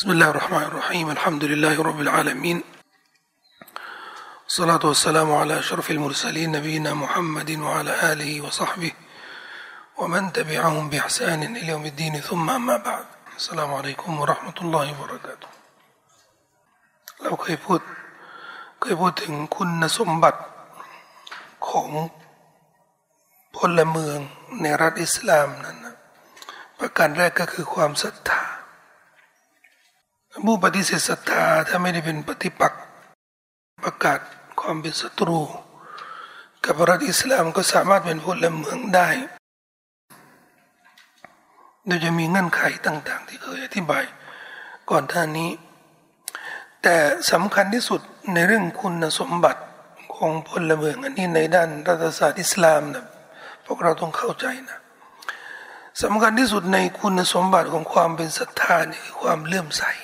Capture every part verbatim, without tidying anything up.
بسم الله الرحمن الرحيم الحمد لله رب العالمين الصلاة والسلام على أشرف المرسلين نبينا محمد وعلى آله وصحبه ومن تبعهم بإحسان إلى يوم الدين ثم أما بعد السلام عليكم ورحمة الله وبركاته เราเคยพูดเคยพูดถึงคุณสมบัติของพลเมืองในรัฐอิสลามนั้นนะประการแรกก็คือความศรัทธาผู้ปฏิเสธศรัทธาถ้าไม่ได้เป็นปฏิปักษ์ประกาศความเป็นศัตรูกับรัฐอิสลามก็สามารถเป็นพลเมืองได้โดยจะมีเงื่อนไขต่างๆที่เคยอธิบายก่อนท่านี้แต่สำคัญที่สุดในเรื่องคุณสมบัติของพลเมืองอันนี้ในด้านรัฐศาสตร์อิสลามนะพวกเราต้องเข้าใจนะสำคัญที่สุดในคุณสมบัติของความเป็นศรัทธานี่คือความเลื่อมใส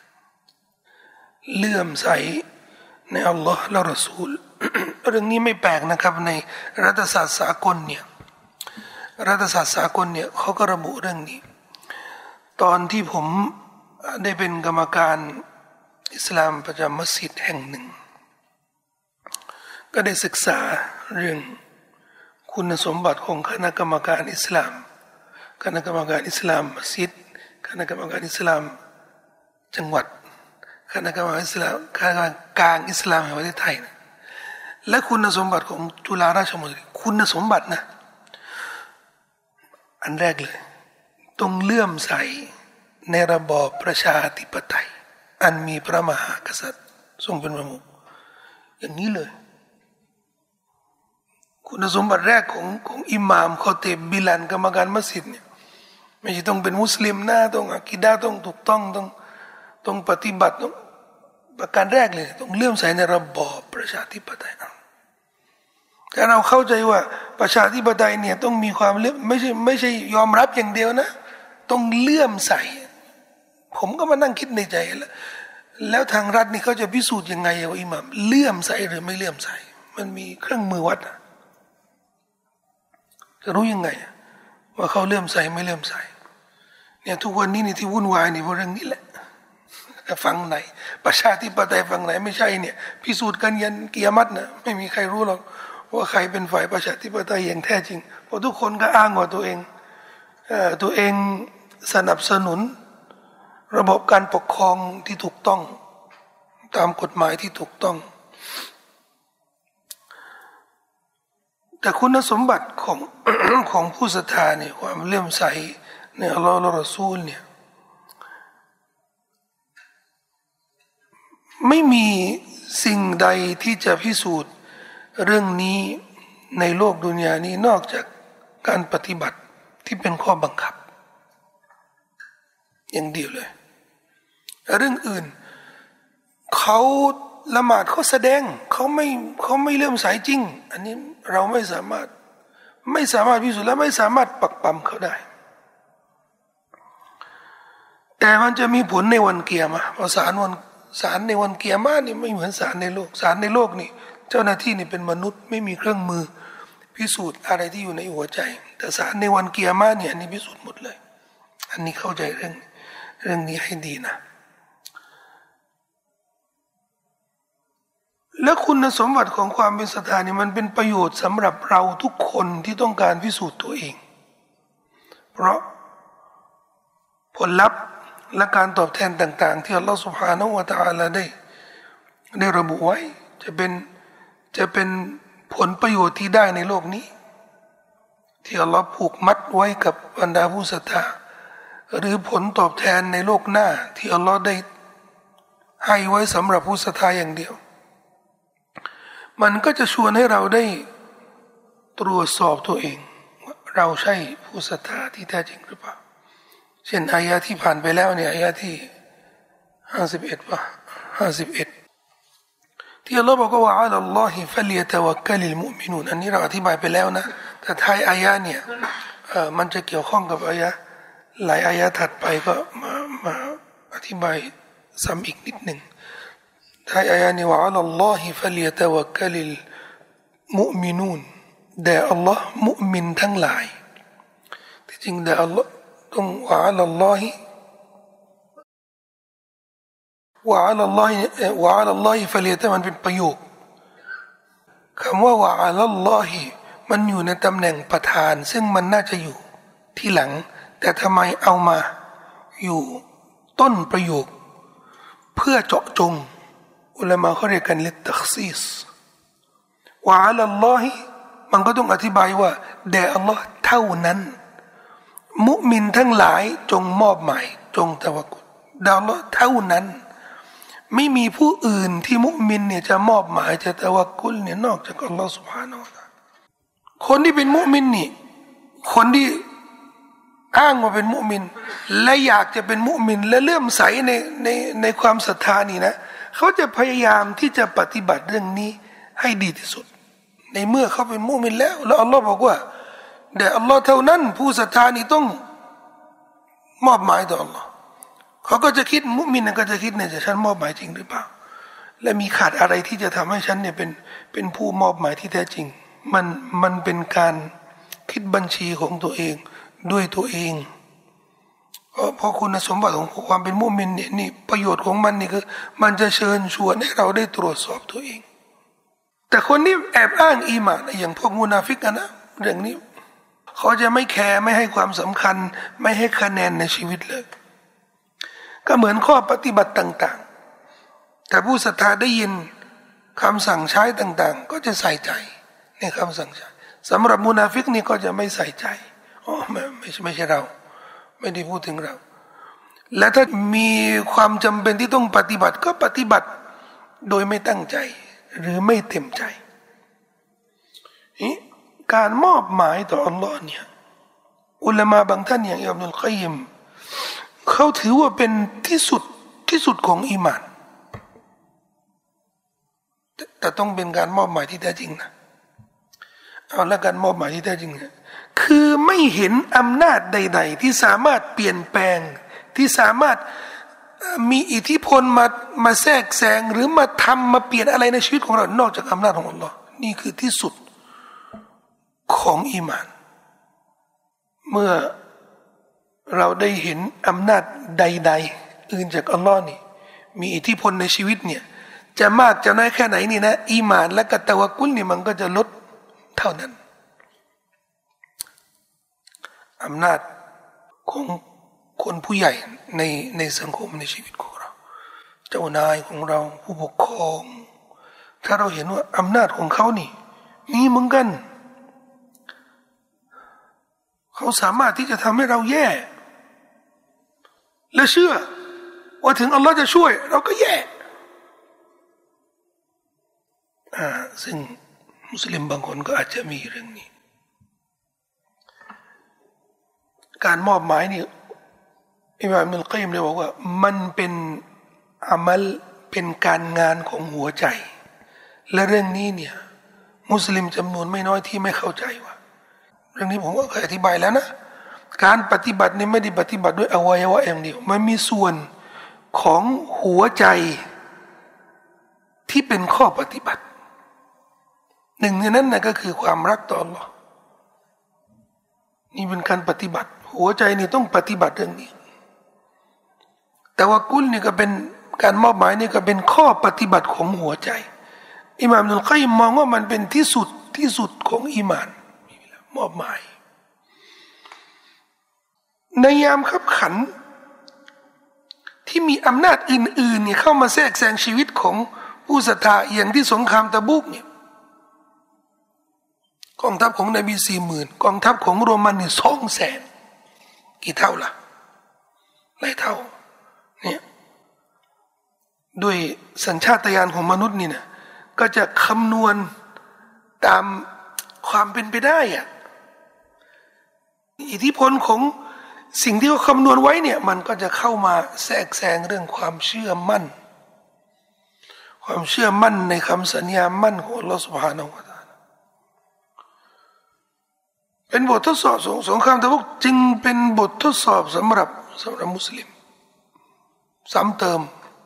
เลื่อมใสในอัลลอฮ์และรอซูล เรื่องนี้ไม่แปลกนะครับในรัฐศาสตร์สากลเนี่ยรัฐศาสตร์สากลเนี่ยเขาก็ระบุเรื่องนี้ตอนที่ผมได้เป็นกรรมการอิสลามประจำมัสยิดแห่งหนึ่งก็ได้ศึกษาเรื่องคุณสมบัติของคณะกรรมการอิสลามคณะกรรมการอิสลามมัสยิดคณะกรรมการอิสลามจังหวัดคณะกรรมการอิสลามคณะกรรมการกลางอิสลามแห่งประเทศไทยนะและคุณสมบัติของจุฬาราชมงคลคุณสมบัตินะอันแรกเลยต้องเลื่อมใสในระบอบประชาธิปไตยอันมีพระมหากษัตริย์ทรงเป็นประมุขอย่างนี้เลยคุณสมบัติแรกของของอิหม่ามคอเตบบิลันกรรมการมัสยิดเนี่ยไม่ใช่ต้องเป็นมุสลิมนะต้องอะกีดะห์ต้องถูกต้องต้องต้องปฏิบัติต้องประการแรกเลยต้องเลื่อมใสในระบอบประชาธิปไตยแต่เราเข้าใจว่าประชาธิปไตยเนี่ยต้องมีความเลื่อมไม่ใช่ไม่ใช่ยอมรับอย่างเดียวนะต้องเลื่อมใสผมก็มานั่งคิดในใจแล้วแล้วทางรัฐนี่เขาจะพิสูจน์ยังไงว่าอิหม่ามเลื่อมใสหรือไม่เลื่อมใสมันมีเครื่องมือวัดจะรู้ยังไงว่าเขาเลื่อมใสไม่เลื่อมใสเนี่ยทุกวันนี้นี่ที่วุ่นวายนี่เพราะเรื่องนี้แหละฟังไหนประชาธิปไตยฟังไหนไม่ใช่เนี่ยพิสูจน์กันยันกิยามะฮ์นะไม่มีใครรู้หรอกว่าใครเป็นฝ่ายประชาธิปไตยอย่างแท้จริงเพราะทุกคนก็อ้างว่าตัวเองเอ่อตัวเองสนับสนุนระบบการปกครองที่ถูกต้องตามกฎหมายที่ถูกต้องแต่คุณสมบัติของ ของผู้ศรัทธาเนี่ยความเลื่อมใสในอัลลอฮ์และรอซูลเนี่ยไม่มีสิ่งใดที่จะพิสูจน์เรื่องนี้ในโลกดุนยานี้นอกจากการปฏิบัติที่เป็นข้อบังคับอย่างเดียวเลยเรื่องอื่นเขาละหมาดเขาแสดงเขาไม่เขาไม่เลื่อมใสจริงอันนี้เราไม่สามารถไม่สามารถพิสูจน์และไม่สามารถปักปั๊มเขาได้แต่มันจะมีผลในวันเกียรมาเพราะศาลวันศาลในวันเกียรมานี่ไม่เหมือนศาลในโลกศาลในโลกนี่เจ้าหน้าที่นี่เป็นมนุษย์ไม่มีเครื่องมือพิสูจน์อะไรที่อยู่ในหัวใจแต่ศาลในวันเกียรมาเนี่ยอันนี้พิสูจน์หมดเลยอันนี้เข้าใจเรื่องเรื่องนี้ให้ดีนะและคุณสมบัติของความเป็นศรัทธานี่มันเป็นประโยชน์สำหรับเราทุกคนที่ต้องการพิสูจน์ตัวเองเพราะผลลัพธ์และการตอบแทนต่างๆที่อัลลอฮฺ سبحانه และ تعالى ได้ได้ระบุไว้จะเป็นจะเป็นผลประโยชน์ที่ได้ในโลกนี้ที่อัลลอฮฺผูกมัดไว้กับบรรดาผู้ศรัทธาหรือผลตอบแทนในโลกหน้าที่อัลลอฮฺได้ให้ไว้สำหรับผู้ศรัทธาอย่างเดียวมันก็จะชวนให้เราได้ตรวจสอบตัวเองว่าเราใช่ผู้ศรัทธาที่แท้จริงหรือเปล่าเช่นอายะที่ผ่านไปแล้วเนี่ยอายะที่ห้าสิบเอ็ดป่ะห้าสิบเอ็ดที่อัลลอฮฺบอกว่าอัลลอฮิฟัลยะตะวักกะลิลมุอ์มินูนอันนี้เราอธิบายไปแล้วนะแต่ท้ายอายะเนี่ยเอ่อมันจะเกี่ยวข้องกับอายะหลายอายะถัดไปก็มามาอธิบายซ้ำอีกนิดหนึ่งท้ายอายะนี้ว่าอัลลอฮิฟัลยะตะวักกะลิลมุอ์มินูนแต่อัลลอฮ์มุมินทั้งหลายที่จริงแต่อัลลอฮ์ต้องว่าอัลลอฮิวะอัลลอฮิวะอัลลอฮิฟะลียะมันเป็นประโยคคำว่าวะอัลลอฮิมันอยู่ในตำแหน่งประธานซึ่งมันน่าจะอยู่ที่หลังแต่ทำไมเอามาอยู่ต้นประโยคเพื่อเจาะจงอุลามะเขาเรียกกันลิตักซีสวะอัลลอฮิมันก็ต้องอธิบายว่าแด่อัลลอฮ์เท่านั้นมุมินทั้งหลายจงมอบหมายจงตะวักกุลแด่อัลลอฮ์เท่านั้นไม่มีผู้อื่นที่มุมินเนี่ยจะมอบหมายจะตะวักกุลเนี่ยนอกจากอัลลอฮ์ سبحانه และ تعالى คนที่เป็นมุมินนี่คนที่อ้างว่าเป็นมุมินและอยากจะเป็นมุมินและเลื่อมใสในในในความศรัทธานี่นะเขาจะพยายามที่จะปฏิบัติเรื่องนี้ให้ดีที่สุดในเมื่อเขาเป็นมุมินแล้วแล้วอัลลอฮ์บอกว่าแต่อัลลอฮ์เท่านั้นผู้ศรัทธานี่ต้องมอบหมายต่ออัลลอฮ์เขาก็จะคิดมุมินก็จะคิดเนี่ยจะฉันมอบหมายจริงหรือเปล่าและมีขาดอะไรที่จะทำให้ฉันเนี่ยเป็นเป็นผู้มอบหมายที่แท้จริงมันมันเป็นการคิดบัญชีของตัวเองด้วยตัวเองเพราะคุณสมบัติของความเป็นมุมินเนี่ยนี่ประโยชน์ของมันนี่คือมันจะเชิญชวนให้เราได้ตรวจสอบตัวเองแต่คนที่แอบอ้างอีหม่านอย่างพวกมุนาฟิกนะเรื่องนี้เขาจะไม่แคร์ไม่ให้ความสำคัญไม่ให้คะแนนในชีวิตเลยก็เหมือนข้อปฏิบัติต่างๆแต่ผู้ศรัทธาได้ยินคำสั่งใช้ต่างๆก็จะใส่ใจในคำสั่งใช้สำหรับมุนาฟิกนี่ก็จะไม่ใส่ใจอ๋อไม่ไม่ใช่ไม่ใช่เราไม่ได้พูดถึงเราและถ้ามีความจำเป็นที่ต้องปฏิบัติก็ปฏิบัติโดยไม่ตั้งใจหรือไม่เต็มใจนี่การมอบหมายต่ออัลลอฮ์เนี่ยอุลามะบางท่านอย่างอิบนุลกัยยิมเขาถือว่าเป็นที่สุดที่สุดของอีหม่านแต่แต่ต้องเป็นการมอบหมายที่แท้จริงนะเอาละการมอบหมายที่แท้จริงเนี่ยคือไม่เห็นอำนาจใดๆที่สามารถเปลี่ยนแปลงที่สามารถมีอิทธิพลมามาแทรกแซงหรือมาทำมาเปลี่ยนอะไรในชีวิตของเรานอกจากอำนาจของอัลลอฮ์นี่คือที่สุดของอีหม่านเมื่อเราได้เห็นอำนาจใดๆอื่นจากอัลลอฮ์นี่มีอิทธิพลในชีวิตเนี่ยจะมากจะน้อยแค่ไหนนี่นะอีหม่านและกตะวะกุลนี่มันก็จะลดเท่านั้นอำนาจของคนผู้ใหญ่ในในสังคมในชีวิตของเราเจ้านายของเราผู้ปกครองถ้าเราเห็นว่าอำนาจของเขานี่มีเหมือนกันเขาสามารถที่จะทำให้เราแย่และเชื่อว่าถึงอัลลอฮ์จะช่วยเราก็แย่อ่าซึ่งมุสลิมบางคนก็อาจจะมีเรื่องนี้การมอบหมายนี่อิหม่ามอิบนุลกัยยิมเลยบอกว่ามันเป็นอามัลเป็นการงานของหัวใจและเรื่องนี้เนี่ยมุสลิมจำนวนไม่น้อยที่ไม่เข้าใจว่าเรื่องนี้ผมก็เคยอธิบายแล้วนะการปฏิบัตินี่ไม่ได้ปฏิบัติด้วยอวัยวะอย่างเดียวมันมีส่วนของหัวใจที่เป็นข้อปฏิบัติหนึ่งในนั้นนะก็คือความรักต่ออัลลอฮ์นี่เป็นการปฏิบัติหัวใจนี่ต้องปฏิบัติเรื่องนี้แต่ว่ากุลนี่ก็เป็นการมอบหมายนี่ก็เป็นข้อปฏิบัติของหัวใจอิหม่ามอิบนุลกัยยิมมองว่ามันเป็นที่สุดที่สุดของอีหม่านมอบหมายในยามขับขันที่มีอำนาจอื่นๆเนี่ยเข้ามาแทรกแซงชีวิตของผู้ศรัทธาอย่างที่สงครามตะบุกเนี่ยกองทัพของนบีสี่หมื่นกองทัพของโรมันนี่สองแสนกี่เท่าล่ะหลายเท่าเนี่ยด้วยสัญชาตญาณของมนุษย์นี่นะก็จะคำนวณตามความเป็นไปได้อะอิทธิพลของสิ่งที่เขาคำนวณไว้เนี่ยมันก็จะเข้ามาแทรกแซงเรื่องความเชื่อมั่นความเชื่อมั่นในคำสัญญามั่นของอัลลอฮฺ سبحانه และ تعالى เป็นบททดสอบสงครามตะบุกจึงเป็นบททดสอบสำหรับสำหรับมุสลิมซ้ำเติม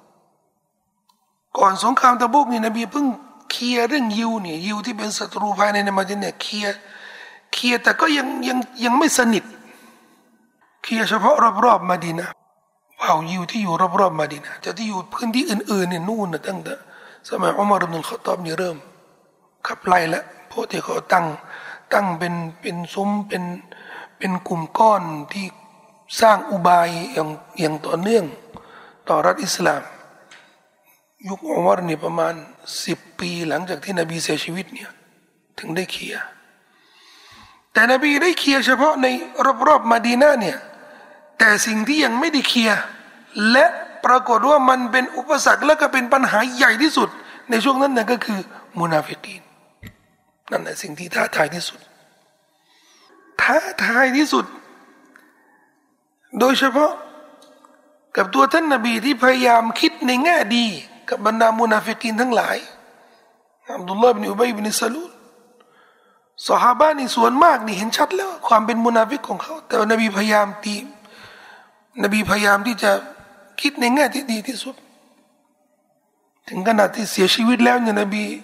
ก่อนสงครามตะบุกนี่นบีเพิ่งเคลียร์เรื่องยิวเนี่ยยิวที่เป็นศัตรูภายในในมัสยิดเนี่ยเคลียร์เคลียร์แต่ก็ยังยังยังไม่สนิทเคลียร์เฉพาะรอบๆมะดีนะห์พเผ่ายิวที่อยู่รอบๆมะดีนะห์แต่ที่อยู่พื้นที่อื่นๆเนี่ยนู่นนะตั้งแต่สมัยอุมัรอิบนุลค็อฏฏอบนี่เริ่มขับไล่แล้วเพราะที่เขาตั้งตั้งเป็นเป็นซุ้มเป็นเป็นกลุ่มก้อนที่สร้างอุบายอย่างอย่างต่อเนื่องต่อรัฐอิสลามยุคอุมัรนี่ประมาณสิบปีหลังจากที่นบีเสียชีวิตเนี่ยถึงได้เคลียร์แต่นบีได้เคลียร์เฉพาะในรอบๆมะดีนะห์เนี่ยแต่สิ่งที่ยังไม่ได้เคลียร์และปรากฏว่ามันเป็นอุปสรรคและก็เป็นปัญหาใหญ่ที่สุดในช่วงนั้นนั่นก็คือมุนาฟิกีนนั่นแหละสิ่งที่ท้าทายที่สุดท้าทายที่สุดโดยเฉพาะกับตัวท่านนบีที่พยายามคิดในแง่ดีกับบรรดามุนาฟิกีนทั้งหลายอับดุลลอฮ์บินอุบัยบินซะลูลซอฮาบะห์นี่ส่วนมากนี่เห็นชัดแล้วความเป็นมุนาฟิกของเขาแต่นบีพยายามตีนบีพยายามที่จะคิดในแง่ที่ดีที่สุดถึงขนาดที่เสียชีวิตแล้วเนี่ยนบี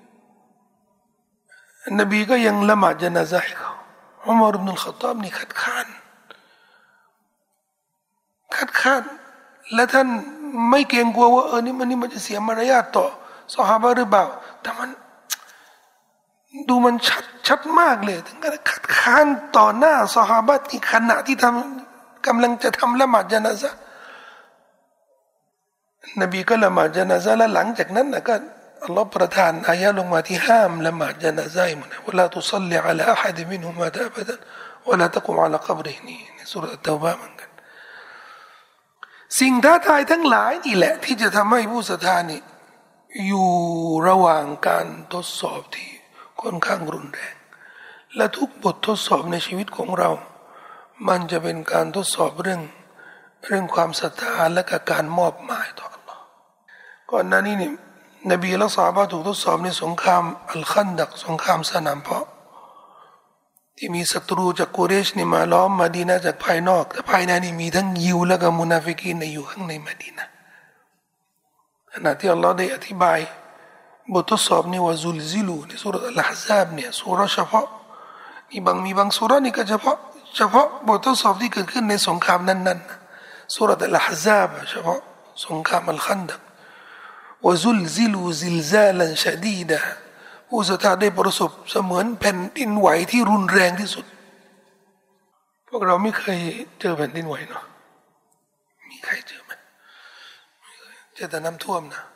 นบีก็ยังละหมาดญะนาซะห์ให้เขาอุมัรอิบนุลค็อฏฏอบนี่คัดค้านคัดค้านและท่านไม่เกรงกลัวว่าเออนี่มันนี่มันจะเสียมารยาทต่อซอฮาบะห์หรือเปล่าแต่มันดูมันชัดชัดมากเลยถึงกับคัดค้านต่อหน้าซอฮาบะห์ที่ขณะที่ทำกำลังจะทำละหมาดญะนาซะห์นบีก็ละหมาดญะนาซะห์และหลังจากนั้นนะก็อัลลอฮ์ประทานอายะลงมาที่ห้ามละหมาดญะนาซะห์มันวะลาตุศ็อลลิอะลาอะฮัดมินฮุมาอับะดันวะลาตะกุมอะลากับริฮินี่ในซูเราะห์อัตเตาบะห์เหมือนกันสิ่งท้าทายทั้งหลายนี่แหละที่จะทำให้ผู้ศรัทธานี่อยู่ระหว่างการทดสอบที่ค่อนข้างรุนแรงและทุกบททดสอบในชีวิตของเรามันจะเป็นการทดสอบเรื่องเรื่องความศรัทธาและก็การมอบหมายต่อ Allah ก่อนหน้านี้นี่นบีและซอฮาบะห์ถูกทดสอบในสงครามอัลคันดักสงครามสนามเพาะที่มีศัตรูจากกุเรชนี่มาล้อมมะดีนะห์จากภายนอกแต่ภายในนี่มีทั้งยิวและก็มุนาฟิกีนในอยู่ข้างในมะดีนะห์ขณะที่อัลลอฮ์ได้อธิบายบททดสอบนี้ว่าซุลซิลูในสุเราะห์อัลอะห์ซาบเนี่ยสุเราะห์เฉพาะนี่บางมีบางสุเราะห์นี่ก็เฉพาะเฉพาะบททดสอบที่เกิดขึ้นในสงครามนั้นๆสุเราะห์อัลอะห์ซาบเฉพาะสงครามอัลคันดักว่าซุลซิลูซิลซาลันชะดีดะผู้ศรัทธาได้ประสบเสมือนแผ่นดินไหวที่รุนแรงที่สุดพวกเราไม่เคยเจอแผ่นดินไหวเนาะมีใครเจอไหมเจอแต่น้ำท่วมนะ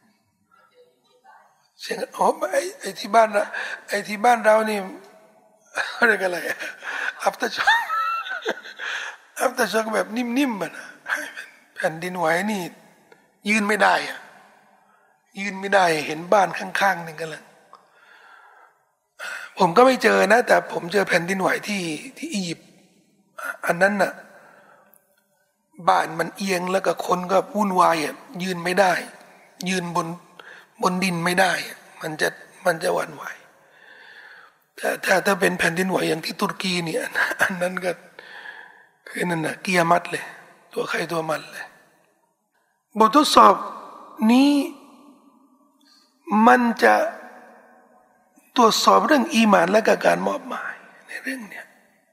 เช่นอ๋อไอ้ไอ้ที่บ้านเราไอ้ที่บ้านเรานี่อะไรกันอะไรอัฟเตอร์ช็อกอัฟเตอร์ช็อกแบบนิ่มๆมันนะแผ่นดินไหวนี่ยืนไม่ได้อะยืนไม่ได้เห็นบ้านข้างๆนึงกันเลยผมก็ไม่เจอนะแต่ผมเจอแผ่นดินไหวที่ที่อียิปต์อันนั้นน่ะบ้านมันเอียงแล้วก็คนก็วุ่นวายอ่ะยืนไม่ได้ยืนบนบนดินไม่ได้มันจะมันจะหวั่นไหวแต่ถ้าถ้าเป็นแผ่นดินไหวอย่างที่ตุรกีเนี่ยอันนั้นก็คือนั่นน่ะกิยามัตเลยตัวใครตัวมันเลยบททดสอบนี้มันจะตรวจสอบเรื่องอีหม่านและการมอบหมายในเรื่องเนี้ย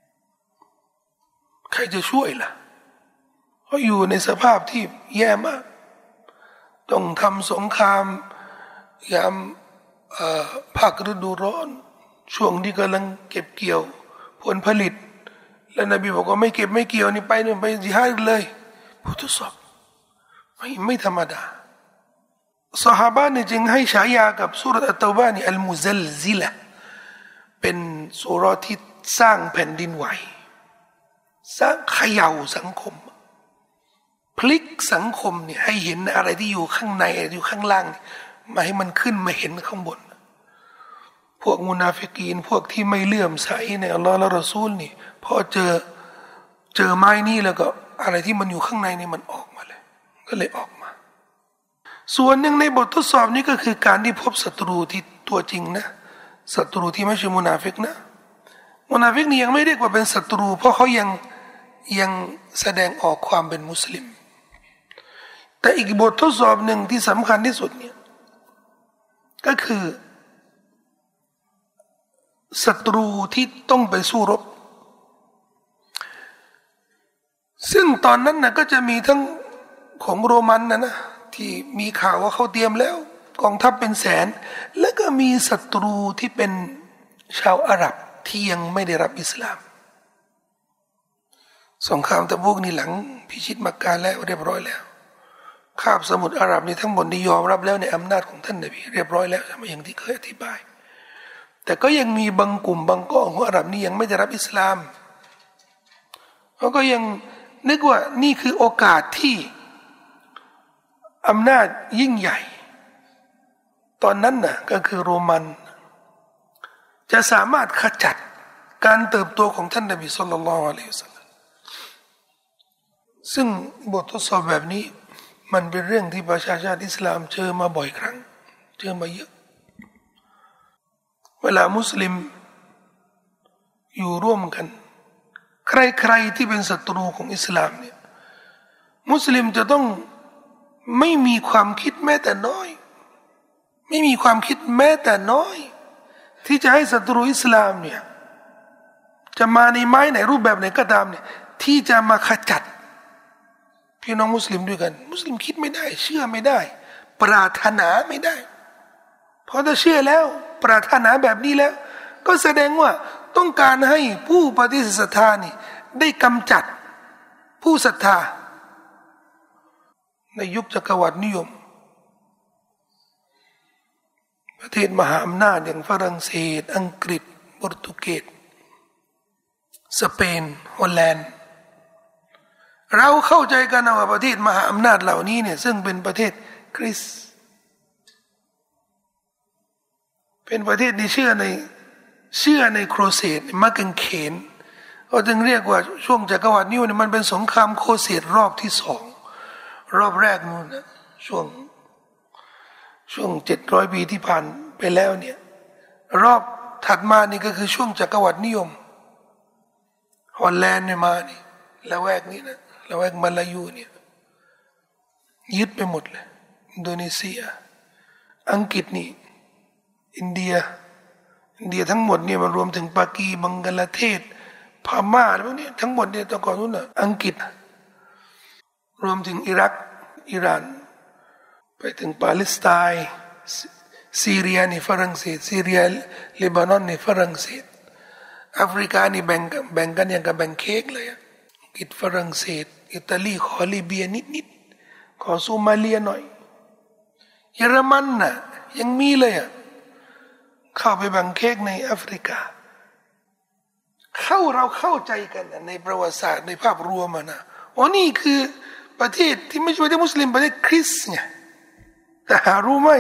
ใครจะช่วยล่ะเพราะอยู่ในสภาพที่แย่มากต้องทำสงครามยามภาคฤดูร้อนช่วงที่กำลังเก็บเกี่ยวผลผลิตและนบีบอกว่าไม่เก็บไม่เกี่ยวนี่ไปนี่ไปจิฮาดเลยผู้ทดสอบไม่ไม่ธรรมดาซอฮาบะห์นี่จึงให้ฉายากับซูเราะห์อัตเตาบะห์นี่อัลมุซัลซิละเป็นซูเราะห์ที่สร้างแผ่นดินไหวสร้างเขย่าสังคมพลิกสังคมเนี่ยให้เห็นอะไรที่อยู่ข้างในอยู่ข้างล่างมาให้มันขึ้นมาเห็นข้างบนพวกมุนาฟิกีนพวกที่ไม่เลื่อมใสในอัลลอฮ์และรอซูลนี่พอเจอเจอไม้นี่แล้วก็อะไรที่มันอยู่ข้างในนี่มันออกมาเลยก็เลยออกมาส่วนหนึ่งในบททดสอบนี้ก็คือการที่พบศัตรูที่ตัวจริงนะศัตรูที่ไม่ใช่มุนาฟิกนะมุนาฟิกนี่ยังไม่เรียกว่าเป็นศัตรูเพราะเขายังยังแสดงออกความเป็นมุสลิมแต่อีกบททดสอบหนึ่งที่สำคัญที่สุดเนี่ยก็คือศัตรูที่ต้องไปสู้รบซึ่งตอนนั้นนะก็จะมีทั้งของโรมันนะนะที่มีข่าวว่าเขาเตรียมแล้วกองทัพเป็นแสนแล้วก็มีศัตรูที่เป็นชาวอาหรับที่ยังไม่ได้รับอิสลามสงครามตะบูกนี่หลังพิชิตมักกะแล้วเรียบร้อยแล้วคาบสมุทรอาหรับนี่ทั้งหมดนี่ยอมรับแล้วในอำนาจของท่านนบีเรียบร้อยแล้วอย่างที่เคยอธิบายแต่ก็ยังมีบางกลุ่มบางก้อนของอาหรับนี่ยังไม่ได้รับอิสลามเขาก็ยังนึกว่านี่คือโอกาสที่อำนาจยิ่งใหญ่ตอนนั้นน่ะก็คือโรมันจะสามารถขจัดการเติบโตของท่านนบีศ็อลลัลลอฮุอะลัยฮิวะซัลลัมซึ่งบททดสอบแบบนี้มันเป็นเรื่องที่ประชาชาติอิสลามเจอมาบ่อยครั้งเจอมาเยอะเวลามุสลิมอยู่ร่วมกันใครๆที่เป็นศัตรูของอิสลามเนี่ยมุสลิมจะต้องไม่มีความคิดแม้แต่น้อยไม่มีความคิดแม้แต่น้อยที่จะให้ศัตรูอิสลามเนี่ยจะมาในไม้ไหนรูปแบบไหนก็ตามเนี่ยที่จะมาขจัดพี่น้องมุสลิมด้วยกันมุสลิมคิดไม่ได้เชื่อไม่ได้ปรารถนาไม่ได้เพราะถ้าเชื่อแล้วปรารถนาแบบนี้แล้วก็แสดงว่าต้องการให้ผู้ปฏิเสธศรัทธานี่ได้กำจัดผู้ศรัทธาในยุคจักรวรรดินิยมประเทศมหาอำนาจอย่างฝรั่งเศสอังกฤษโปรตุเกสสเปนฮอลแลนด์เราเข้าใจกันว่าประเทศมหาอำนาจเหล่านี้เนี่ยซึ่งเป็นประเทศคริสต์เป็นประเทศที่เชื่อในเชื่อในโครเสดมักกังเขนก็จึงเรียกว่าช่วงจักรวรรดินิยมเนี่ยมันเป็นสงครามโครเสดรอบที่สองรอบแรกนู่นนะช่วงช่วงเจ็ดร้อยปีที่ผ่านไปแล้วเนี่ยรอบถัดมานี่ก็คือช่วงจักรวรรดินิยมฮอลแลนด์เนี่ยมานี่ละแวกนี้นะละแวกมาลายูเนี่ยยึดไปหมดเลยอินโดนีเซียอังกฤษนี่อินเดียอินเดียทั้งหมดเนี่ยมันรวมถึงปากีบังกลาเทศพม่าอะไรพวกนี้ทั้งหมดเนี่ยตะก่อนนู้นน่ะอังกฤษรวมถึงอิรักอิหร่านไปถึงปาเลสไตน์ซีเรียนี่ฝรั่งเศสซีเรียเลบานอนนี่ฝรั่งเศสแอฟริกานี่แบ่งแบ่งกันอย่างกับแบ่งเค้กเลยอังกฤษฝรั่งเศสอิตาลีขอลิเบียนิดๆขอโซมาเลียหน่อยเยอรมันน่ะยังมีเลยอ่ะเข้าไปแบ่งเค้กในแอฟริกาเข้าเราเข้าใจกันในประวัติศาสตร์ในภาพรวมนะว่านี่คือประเทศที่ไม่ใช่ประเทศมุสลิมประเทศคริสต์ไงแต่หารู้ไหม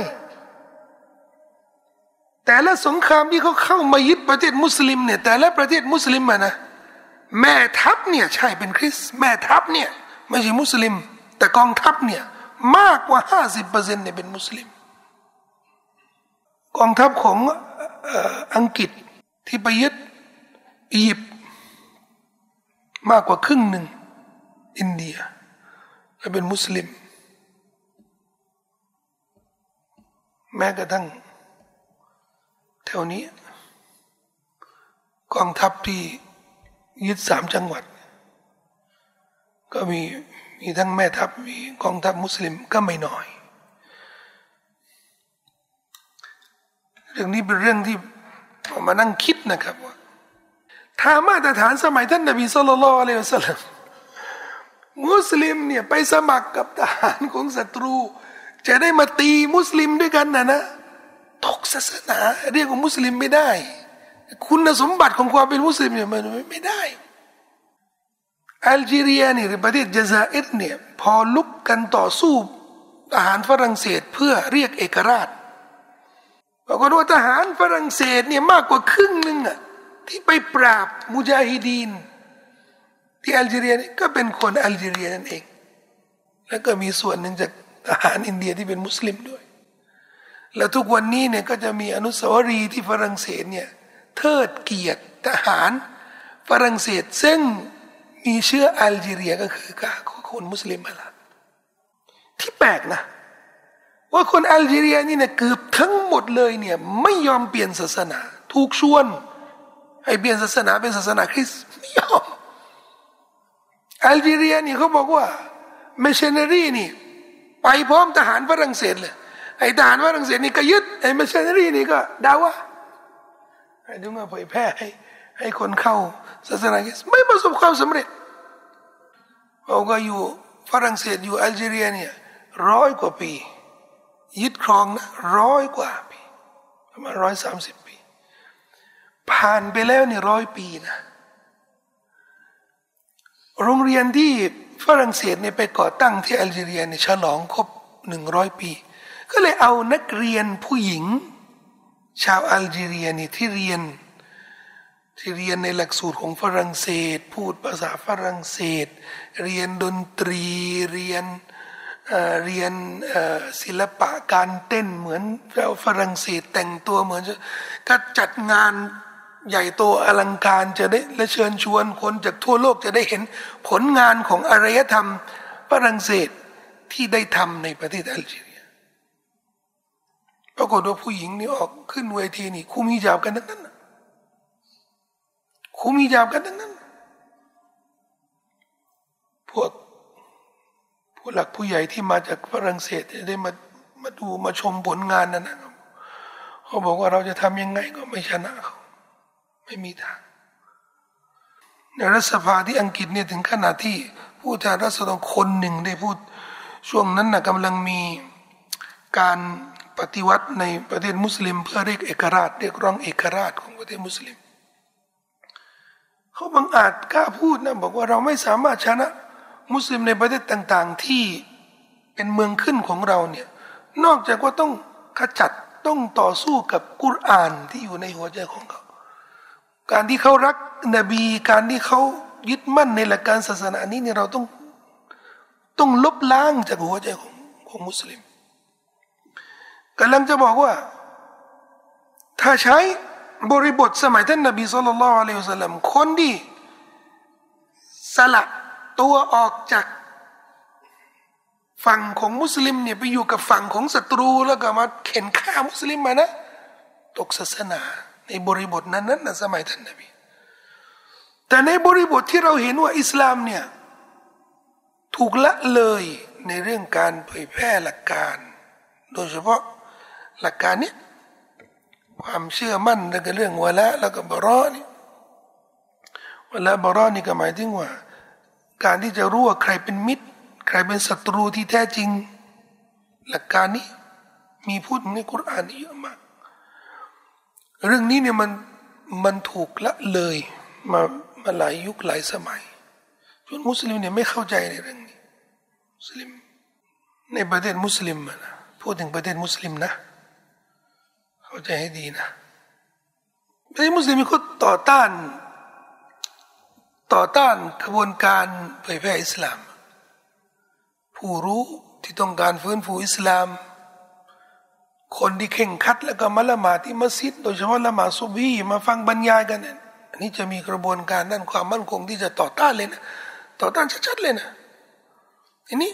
แต่ละสงครามที่เขาเข้ามายึดประเทศมุสลิมเนี่ยแต่ละประเทศมุสลิมอะนะแม่ทัพเนี่ยใช่เป็นคริสต์แม่ทัพเนี่ยไม่ใช่มุสลิมแต่กองทัพเนี่ยมากกว่าห้าสิบเปอร์เซ็นต์เนี่ยเป็นมุสลิมกองทัพของอังกฤษที่ไปยึดอียิปต์มากกว่าครึ่งหนึ่งอินเดียและเป็นมุสลิมแม้กระทั่งแถวนี้กองทัพที่ยึดสามจังหวัดก็มีมีทั้งแม่ทัพมีกองทัพมุสลิมก็ไม่น้อยเรื่องนี้เป็นเรื่องที่ผมมานั่งคิดนะครับว่าถ้ามาตรฐานสมัยท่านนบีศ็อลลัลลอฮุอะลัยฮิวะซัลลัมมุสลิมเนี่ยไปสมัครกับทหารของศัตรูจะได้มาตีมุสลิมด้วยกันนะนะตกศาสนาเรียกว่ามุสลิมไม่ได้คุณสมบัติของความเป็นมุสลิมเนี่ยมันไม่ได้อัลจีเรียนี่หรือประเทศญะซาอิรเนี่ยพอลุกกันต่อสู้ทหารฝรั่งเศสเพื่อเรียกเอกราชปรากฏว่าทหารฝรั่งเศสเนี่ยมากกว่าครึ่งหนึ่งอะที่ไปปราบมุจาฮิดีนที่อัลจีเรียนี่ก็เป็นคนอัลจีเรียนั่นเองแล้วก็มีส่วนหนึ่งจากทหารอินเดียที่เป็นมุสลิมด้วยแล้วทุกวันนี้เนี่ยก็จะมีอนุสาวรีย์ที่ฝรั่งเศสเนี่ยเทิดเกียรติทหารฝรั่งเศสซึ่งมีเชื้ออัลจีเรียก็คือคนมุสลิมมาละที่แปลกนะว่าคนอัลจีเรียนี่เนี่ยเกือบทั้งหมดเลยเนี่ยไม่ยอมเปลี่ยนศาสนาถูกชวนให้เปลี่ยนศาสนาเป็นศาสนาคริสต์ไม่ยอมอัลจีเรียนี่เขาบอกว่าเมชชันนารีนี่ไปพร้อมทหารฝรั่งเศสเลยไอ้ทหารฝรั่งเศสนี่ก็ยึดไอ้เมชชันนารีนี่ก็ดาวะไอ้ดูมาเผยแพร่ให้ให้คนเข้าศาสนาคริสต์ไม่ประสบความสำเร็จเขาก็อยู่ฝรั่งเศสอยู่อัลจีเรียเนี่ยร้อยกว่าปียึดครองนะร้อยกว่าปีประมาณร้อยสามสิบปีผ่านไปแล้วเนี่ยร้อยปีนะโรงเรียนที่ฝรั่งเศสเนี่ยไปก่อตั้งที่อัลจีเรียเนี่ยฉลองครบหนึ่งร้อยปีก็เลยเอานักเรียนผู้หญิงชาวอัลจีเรียนี่ที่เรียนที่เรียนในหลักสูตรของฝรั่งเศสพูดภาษาฝรั่งเศสเรียนดนตรีเรียนเอ่อเรียนเอ่อศิลปะการเต้นเหมือนฝรั่งเศสแต่งตัวเหมือนก็จัดงานใหญ่โตอลังการจะได้และเชิญชวนคนจากทั่วโลกจะได้เห็นผลงานของอารยธรรมฝรั่งเศสที่ได้ทำในประเทศอัลจีเรียปรากฏว่าผู้หญิงนี่ออกขึ้นเวทีนี่คุมฮิญาบกันทั้งนั้นคุมฮิญาบกันทั้งนั้นพวกผู้หลักผู้ใหญ่ที่มาจากฝรั่งเศสได้มามาดูมาชมผลงานนั้นนะเขาบอกว่าเราจะทำยังไงก็ไม่ชนะเขาไม่มีทางในรัฐสภาที่อังกฤษเนี่ยถึงขนาดที่ผู้แทนราษฎรคนหนึ่งได้พูดช่วงนั้นนะกำลังมีการปฏิวัติในประเทศมุสลิมเพื่อเรียกเอกราชเรียกร้องเอกราชของประเทศมุสลิมเขาบังอาจกล้าพูดนะบอกว่าเราไม่สามารถชนะมุสลิมในประเทศต่างๆที่เป็นเมืองขึ้นของเราเนี่ยนอกจากว่าต้องขจัดต้องต่อสู้กับกุรอานที่อยู่ในหัวใจของเขาการที่เขารักนบีการที่เขายึดมั่นในหลักการศาสนานี้เนี่ยเราต้องต้องลบล้างจากหัวใจของของมุสลิมกำลังจะบอกว่าถ้าใช้บริบทสมัยท่านนบีศ็อลลัลลอฮุอะลัยฮิวะซัลลัมคนที่สละตัวออกจากฝั่งของมุสลิมเนี่ยไปอยู่กับฝั่งของศัตรูแล้วก็มาเข็นฆ่ามุสลิมมานะตกศาสนาในบริบทนั้นนั้นนะสมัยท่านนบีแต่ในบริบทที่เราเห็นว่าอิสลามเนี่ยถูกละเลยในเรื่องการเผยแพร่หลักการโดยเฉพาะหลักการนี้ความเชื่อมั่นในเรื่องวะละแล้วก็บารอนี่วะละบารอนี่ก็หมายถึงว่าการที่จะรู้ว่าใครเป็นมิตรใครเป็นศัตรูที่แท้จริงหลักการนี้มีพูดในกุรอานเยอะมากเรื่องนี้เนี่ยมันมันถูกละเลยมามาหลายยุคหลายสมัยจนมุสลิมเนี่ยไม่เข้าใจในเรื่องนี้มุสลิมในประเทศมุสลิมนะพูดถึงประเทศมุสลิมนะเข้าใจให้ดีนะประเทศมุสลิมเขาต่อต้านต่อต้านกระบวนการเผยแพร่อิสลามผู้รู้ที่ต้องการฟื้นฟูอิสลามคนที่เข่งคัดแล้วก็มาละหมาดที่มัสยิดโดยเฉพาะละหมาดซุบฮีมาฟังบรรยายกันเนี่ยอันนี้จะมีกระบวนการด้านความมั่นคงที่จะต่อต้านเลยนะต่อต้านชัดๆเลยนะอันนี้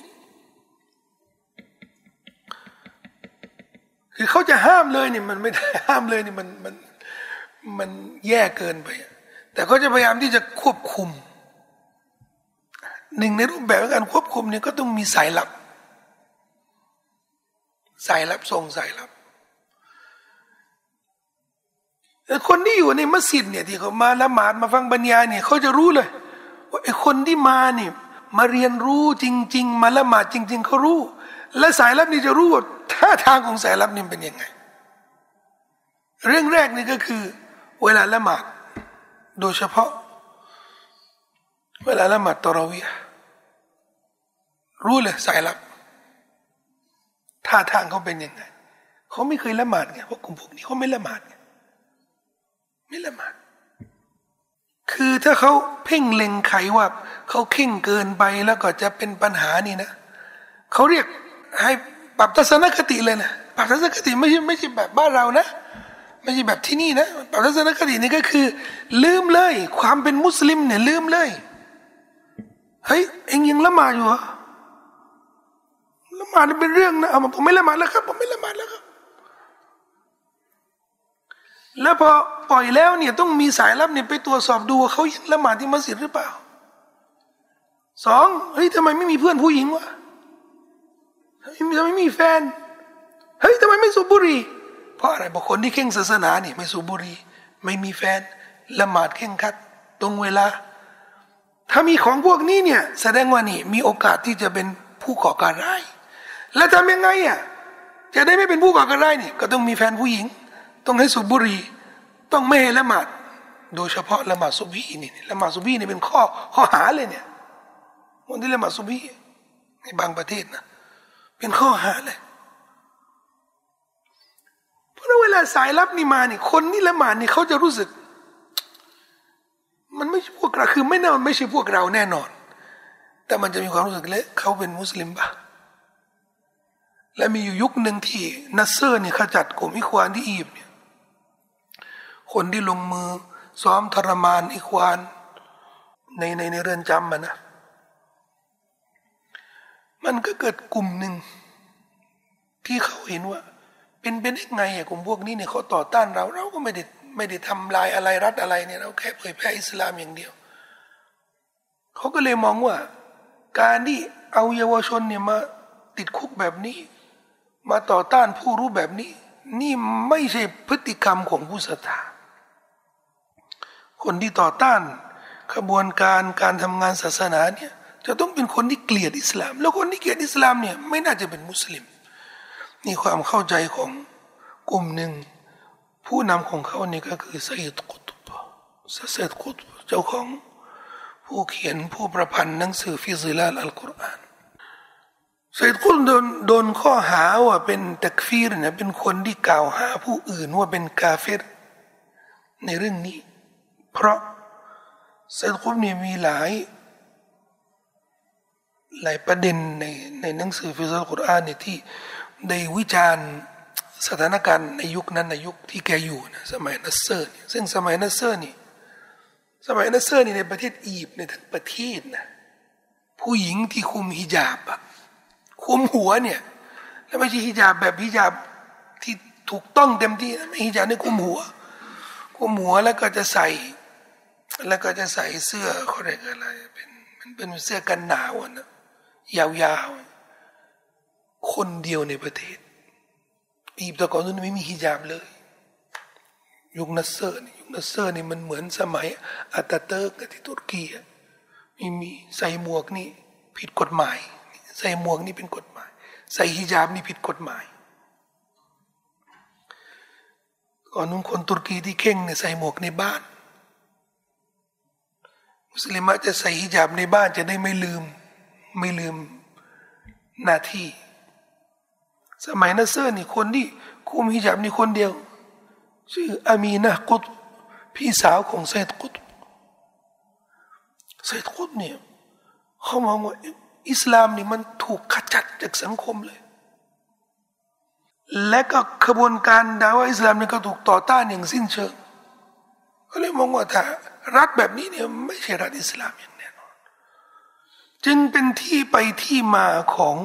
คือเขาจะห้ามเลยนี่มันไม่ได้ห้ามเลยนี่มันมันมันแย่เกินไปแต่เขาจะพยายามที่จะควบคุมหนึ่งในรูปแบบการควบคุมเนี่ยก็ต้องมีสายลับสายลับส่งสายลับแต่คนที่อยู่ในมัสยิดเนี่ยที่เขามาละหมาดมาฟังบรรยายเนี่ยเขาจะรู้เลยว่าไอ้คนที่มาเนี่ยมาเรียนรู้จริงๆมาละหมาดจริงๆเขารู้และสายลับนี่จะรู้ว่าท่าทางของสายลับนี่เป็นยังไงเรื่องแรกนี่ก็คือเวลาละหมาดโดยเฉพาะเวลาละหมาดตะเราะวีฮ์รู้เลยสายลับท่าทางเขาเป็นยังไงเขาไม่เคยละหมาดไงพวกกลุ่มพวกนี้เขาไม่ละหมาดไงไม่ละหมาดคือถ้าเขาเพ่งเล็งไขว่าเขาเข่งเกินไปแล้วก็จะเป็นปัญหานี่นะเขาเรียกให้ปรับทัศนคติเลยนะปรับทัศนคติไม่ใช่ไม่ใช่แบบบ้านเรานะไม่ใช่แบบที่นี่นะปรับทัศนคตินี่ก็คือลืมเลยความเป็นมุสลิมเนี่ยลืมเลยเฮ้ยเอ็งยังละหมาดอยู่เหรอละหมาดเป็นเรื่องนะเอาผมไม่ละหมาดแล้วครับผมไม่ละหมาดแล้วครับแล้วพอปล่อยแล้วเนี่ยต้องมีสายลับเนี่ยไปตรวจสอบดูว่าเขายังละหมาดที่มัสยิดหรือเปล่าสองเฮ้ยทำไมไม่มีเพื่อนผู้หญิงวะทำไมไม่มีแฟนเฮ้ยทำไมไม่สูบบุหรี่เพราะอะไรบางคนที่เข่งศาสนาเนี่ยไม่สูบบุหรี่ไม่มีแฟนละหมาดเข่งคัดตรงเวลาถ้ามีของพวกนี้เนี่ยแสดงว่านี่มีโอกาสที่จะเป็นผู้ก่อการร้ายแล้วทำยังไงอ่ะจะได้ไม่เป็นผู้ก่อการร้ายนี่ก็ต้องมีแฟนผู้หญิงต้องให้สูบบุหรี่ต้องไม่ให้ละหมาดโดยเฉพาะละหมาดซุบฮีนี่ละหมาดซุบฮีนี่เป็นข้อข้อหาเลยเนี่ยคนที่ละหมาดซุบฮีในบางประเทศนะเป็นข้อหาเลยเพราะเวลาสายลับนี่มานี่คนนี่ละหมาดนี่เขาจะรู้สึกมันไม่ใช่พวกเราคือไม่แน่นอนไม่ใช่พวกเราแน่นอนแต่มันจะมีความรู้สึกเลยเขาเป็นมุสลิมปะและมีอยู่ยุคหนึ่งที่นัสเซอร์เนี่ยขจัดกลุ่มอิควานที่อียิปต์เนี่ยคนที่ลงมือซ้อมทรมานอิควานในในในเรือนจำมันนะมันก็เกิดกลุ่มหนึ่งที่เขาเห็นว่าเป็นเป็นยังไงอะกลุ่มพวกนี้เนี่ยเขาต่อต้านเราเราก็ไม่ได้ไม่ได้ทำลายอะไรรัฐอะไรเนี่ยเราแค่เผยแพร่อิสลามอย่างเดียวเขาก็เลยมองว่าการที่เอาเยาวชนเนี่ยมาติดคุกแบบนี้มาต่อต้านผู้รู้แบบนี้นี่ไม่ใช่พฤติกรรมของผู้ศรัทธาคนที่ต่อต้านขบวนการการทำงานศาสนาเนี่ยจะต้องเป็นคนที่เกลียดอิสลามแล้วคนที่เกลียดอิสลามเนี่ยไม่น่าจะเป็นมุสลิมนี่ความเข้าใจของกลุ่มหนึ่งผู้นำของเขาเนี่ยก็คือไซยิดกุตบไซยิดกุตบเจ้าของผู้เขียนผู้ประพันธ์หนังสือฟิซิลาลอัลกุรอานไซยิดกุตบโดนโดนข้อหาว่าเป็นตักฟีรนะเป็นคนที่กล่าวหาผู้อื่นว่าเป็นกาเฟรในเรื่องนี้เพราะไซยิดกุตบเนี่ยมีหลายหลายประเด็นในในหนังสือฟิซิลาลกุรอานเนี่ยที่ได้วิจารณ์สถานการณ์ในยุคนั้นในยุคที่แกอยู่นะสมัยนัสเซอร์ซึ่งสมัยนัสเซอร์นี่สมัยนัสเซอร์นี่ในประเทศอียิปต์ในทั้งประเทศนะผู้หญิงที่คุมฮิญาบอะคุมหัวเนี่ยแล้วไม่ใช่ฮิญาบแบบฮิญาบที่ถูกต้องเต็มที่นะไม่ฮิญาบนี่คุมหัวคุมหัวแล้วก็จะใส่แล้วก็จะใส่เสื้อเขาเรียกอะไรเป็นมันเป็นเสื้อกันหนาวนะยาวๆคนเดียวในประเทศอียิปต์แต่ก่อนนู้นไม่มีฮิญาบเลยยุคนัสเซอร์นี่ยุคนัสเซอร์นี่มันเหมือนสมัยอาตาเติร์กที่ตุรกีไม่มีใส่หมวกนี่ผิดกฎหมายใส่หมวกนี่เป็นกฎหมายใส่ฮิญาบนี่ผิดกฎหมายก่อนนู้นคนตุรกีที่เข่งเนี่ยใส่หมวกในบ้านมุสลิมจะใส่ฮิญาบในบ้านจะได้ไม่ลืมไม่ลืมหน้าที่สมัยนัสเซอร์นี่คนที่คุมฮิญาบนี่คนเดียวชื่ออามีนะกุตพี่สาวของไซยิดกุตไซยิดกุตเนี่ยเขามองว่าอิสลามนี่มันถูกขจัดจากสังคมเลยและก็ขบวนการดาวะอิสลามนี่ก็ถูกต่อต้านอย่างสิ้นเชิงก็เลยมองว่าถ้ารัฐแบบนี้เนี่ยไม่ใช่รัฐอิสลามอย่างแน่นอนจึงเป็นที่ไปที่มาของ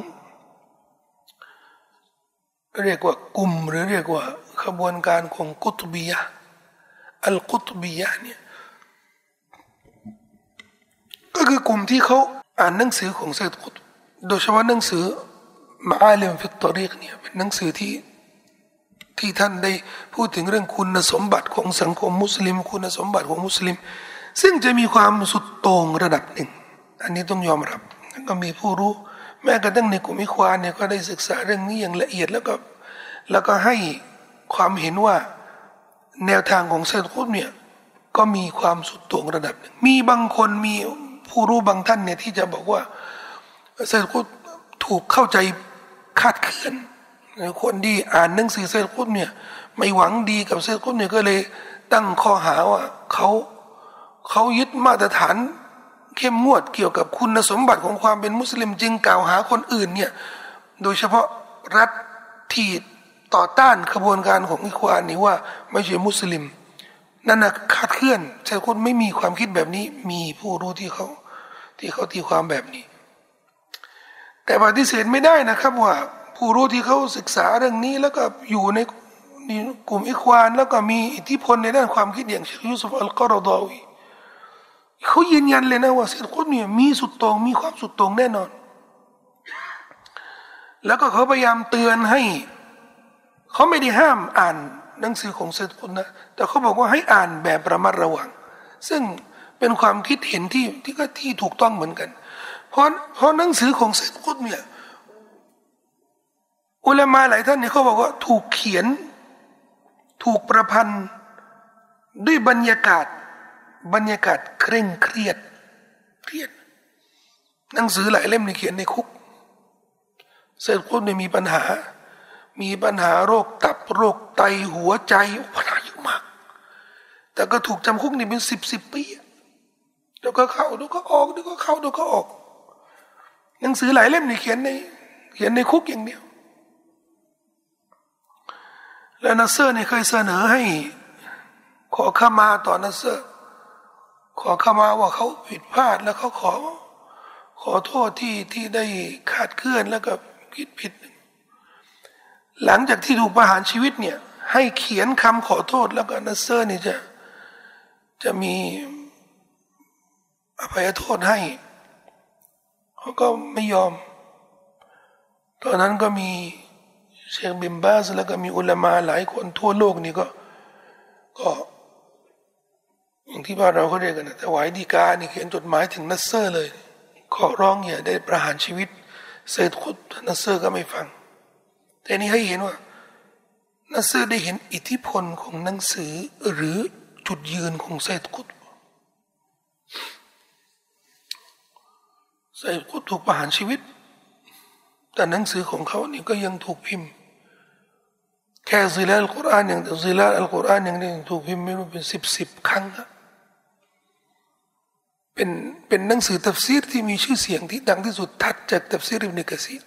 เรียกว่ากลุ่มหรือเรียกว่าขบวนการของกุตบียะอัลกุตบียะเนี่ยก็คือกลุ่มที่เขาอ่านหนังสือของไซยิดกุตบโดยเฉพาะหนังสือมะอาลิมฟิตตอรีกเนี่ยเป็นหนังสือที่ที่ท่านได้พูดถึงเรื่องคุณสมบัติของสังคมมุสลิมคุณสมบัติของมุสลิมซึ่งจะมีความสุดโต่งระดับหนึ่งอันนี้ต้องยอมรับก็มีผู้รู้แม้กระทั่งในกลุ่มอิควานเนี่ยก็ได้ศึกษาเรื่องนี้อย่างละเอียดแล้วก็แล้วก็ให้ความเห็นว่าแนวทางของไซยิดกุตบเนี่ยก็มีความสุดโต่งระดับหนึ่งมีบางคนมีผู้รู้บางท่านเนี่ยที่จะบอกว่าไซยิดกุตบถูกเข้าใจคาดเคลื่อนคนที่อ่านหนังสือไซยิดกุตบเนี่ยไม่หวังดีกับไซยิดกุตบเนี่ยก็เลยตั้งข้อหาว่าเขาเขายึดมาตรฐานเข้มงวดเกี่ยวกับคุณสมบัติของความเป็นมุสลิมจึงกล่าวหาคนอื่นเนี่ยโดยเฉพาะรัฐที่ต่อต้านขบวนการของอิควานนี่ว่าไม่ใช่มุสลิมนั่นนะคาดเคลื่อนใช่คนไม่มีความคิดแบบนี้มีผู้รู้ที่เขาที่เขาตีความแบบนี้แต่ปฏิเสธไม่ได้นะครับว่าผู้รู้ที่เขาศึกษาเรื่องนี้แล้วก็อยู่ในกลุ่มอิควานแล้วก็มีอิทธิพลในด้านความคิดอย่างเชคยูซุฟอัลกอรฎอวีเขายืนยันเลยนะว่าเซตกุตเนี่ยมีสุดโต่งมีความสุดโต่งแน่นอนแล้วก็เขาพยายามเตือนให้เขาไม่ได้ห้ามอ่านหนังสือของเซตกุตนะแต่เขาบอกว่าให้อ่านแบบระมัดระวังซึ่งเป็นความคิดเห็นที่ที่ก็ที่ถูกต้องเหมือนกันเพราะเพราะหนังสือของเซตกุตเนี่ยอุลามะหลายท่านเนี่ยเขาบอกว่าถูกเขียนถูกประพันธ์ด้วยบรรยากาศบรรยากาศเคร่งเครียดเครียดหนังสือหลายเล่มเนี่ยเขียนในคุกเซตกุตเนี่ยมีปัญหามีปัญหาโรคตับโรคไตหัวใจปัญหาเยอะมากแต่ก็ถูกจำคุกนี่เป็นสิบสิบปีเดี๋ยวก็เข้าเดี๋ยวก็ออกเดี๋ยวก็เข้าเดี๋ยวก็ออกหนังสือหลายเล่มนี่เขียนในเขียนในคุกอย่างเดียวและนัสเซอร์เนี่ยเคยเสนอให้ขอขมาต่อนัสเซอร์ขอขมาว่าเขาผิดพลาดแล้วเขาขอขอโทษที่ที่ได้ขาดเคลื่อนแล้วก็คิดผิดหลังจากที่ถูกประหารชีวิตเนี่ยให้เขียนคำขอโทษแล้วก็นัสเซอร์นี่จะจะมีอภัยโทษให้เขาก็ไม่ยอมตอนนั้นก็มีเชคบินบาสแล้วก็มีอุลามะหลายคนทั่วโลกนี่ก็ก็อย่างที่บ้านเราเขาเรียกกันนะแต่วายดีกานี่เขียนจดหมายถึงนัสเซอร์เลยขอร้องอย่าได้ประหารชีวิตเซดคุตนัสเซอร์ก็ไม่ฟังแต่นี่ให้เห็นว่านัสเซอร์ได้เห็นอิทธิพลของหนังสือหรือจุดยืนของเซดคุตเซดคุตถูกประหารชีวิตแต่หนังสือของเขานี่ก็ยังถูกพิมพ์แค่ซิลาอัลกุรอานอย่างซิลาอัลกุรอานอย่างนี้ถูกพิมพ์ไม่รู้เป็นสิบสิบครั้งครับเป็นเป็นหนังสือตัฟซีรที่มีชื่อเสียงที่ดังที่สุดถัดจากตัฟซีรอิบนุกะซีร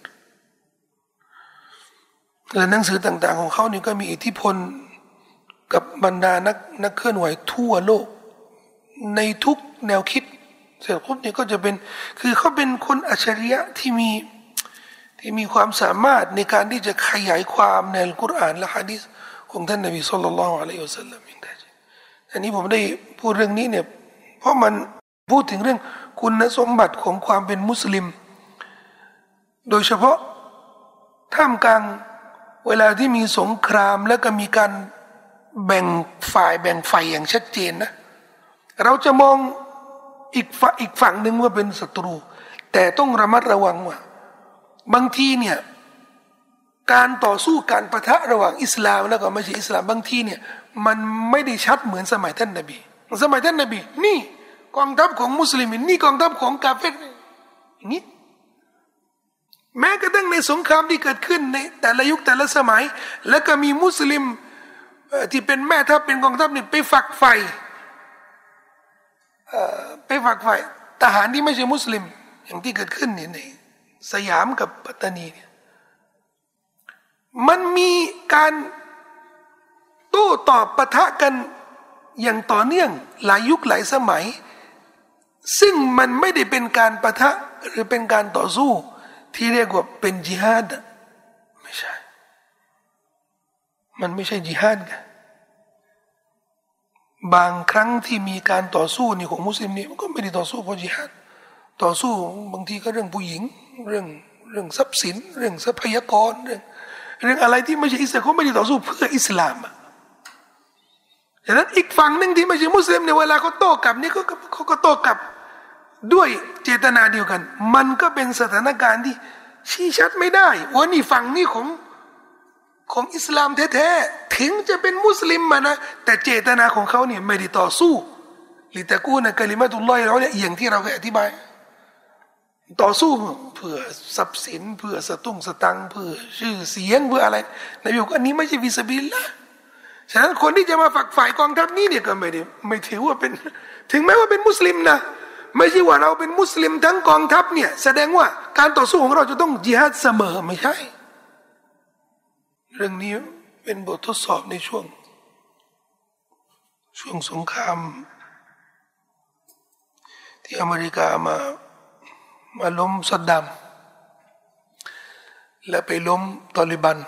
และหนังสือต่างๆของเขานี่ก็มีอิทธิพลกับบรรดานักนักเคลื่อนไหวทั่วโลกในทุกแนวคิดเซลคุตนี่ก็จะเป็นคือเขาเป็นคนอัจฉริยะที่มีที่มีความสามารถในการที่จะขยายความในอัลกุรอานและหะดีษของท่านนบีศ็อลลัลลอฮุอะลัยฮิวะซัลลัมอย่างแท้จริงอันนี้ผมได้พูดเรื่องนี้เนี่ยเพราะมันพูดถึงเรื่องคุณสมบัติของความเป็นมุสลิมโดยเฉพาะท่ามกลางเวลาที่มีสงครามแล้วก็มีการแบ่งฝ่ายแบ่งฝ่ายอย่างชัดเจนนะเราจะมองอีกฝั่งอีกฝั่งหนึ่งว่าเป็นศัตรูแต่ต้องระมัดระวังว่าบางทีเนี่ยการต่อสู้การปะทะระหว่างอิสลามแล้วก็ไม่ใช่อิสลามบางทีเนี่ยมันไม่ได้ชัดเหมือนสมัยท่านนบีสมัยท่านนบีนี่กองทัพของมุสลิมนี่กองทัพของกาเฟรอย่างนี้แม้กระทั่งในสงครามที่เกิดขึ้นในแต่ละยุคแต่ละสมัยแล้วก็มีมุสลิมที่เป็นแม่ทัพเป็นกองทัพนี่ไปฝักใฝ่ไปฝักใฝ่ทหารที่ไม่ใช่มุสลิมอย่างที่เกิดขึ้นเนี่ยในสยามกับปัตตานีเนี่ยมันมีการโต้ตอบปะทะกันอย่างต่อเนื่องหลายยุคหลายสมัยซึ่งมันไม่ได้เป็นการปะทะหรือเป็นการต่อสู้ที่เรียกว่าเป็นญิฮาดไม่ใช่มันไม่ใช่ญิฮาดกันบางครั้งที่มีการต่อสู้นี่ของมุสลิมนี่มันก็ไม่ได้ต่อสู้เพราะญิฮาดต่อสู้บางทีก็เรื่องผู้หญิงเรื่องเรื่องทรัพย์สินเรื่องทรัพยากรเรื่องเรื่องอะไรที่ไม่ใช่อิสลามเขาไม่ได้ต่อสู้เพื่ออิสลามอ่ะฉะนั้นอีกฝั่งหนึ่งที่ไม่ใช่มุสลิมเนี่ยเวลาเขาโต้กลับนี่เขาเขาก็โต้กลับด้วยเจตนาเดียวกันมันก็เป็นสถานการณ์ที่ชี้ชัดไม่ได้ว่านี่ฝั่งนี้ของของอิสลามแท้ๆถึงจะเป็นมุสลิมมานะแต่เจตนาของเขาเนี่ยไม่ได้ต่อสู้ลิตะกูนะกะลิมะตุลลอฮิเราเนี่ยอย่างที่เราเคยอธิบายต่อสู้เพื่อทรัพย์สินเพื่อสตุ้งสตังเพื่อชื่อเสียงเพื่ออะไรนบีบอกอันนี้ไม่ใช่วิสบิลละฉะนั้นคนที่จะมาฝักฝ่ายกองทัพนี้เนี่ยก็ไม่ได้ไม่ถือว่าเป็นถึงแม้ว่าเป็นมุสลิมนะไม่ใช่ว่าเราเป็นมุสลิมทั้งกองทัพเนี่ยแสดงว่าการต่อสู้ของเราจะต้องญิฮาดเสมอไม่ใช่เรื่องนี้เป็นบททดสอบในช่วงช่วงสงครามที่อเมริกามามาล้มซัดดัมและไปล้มตอลิบัน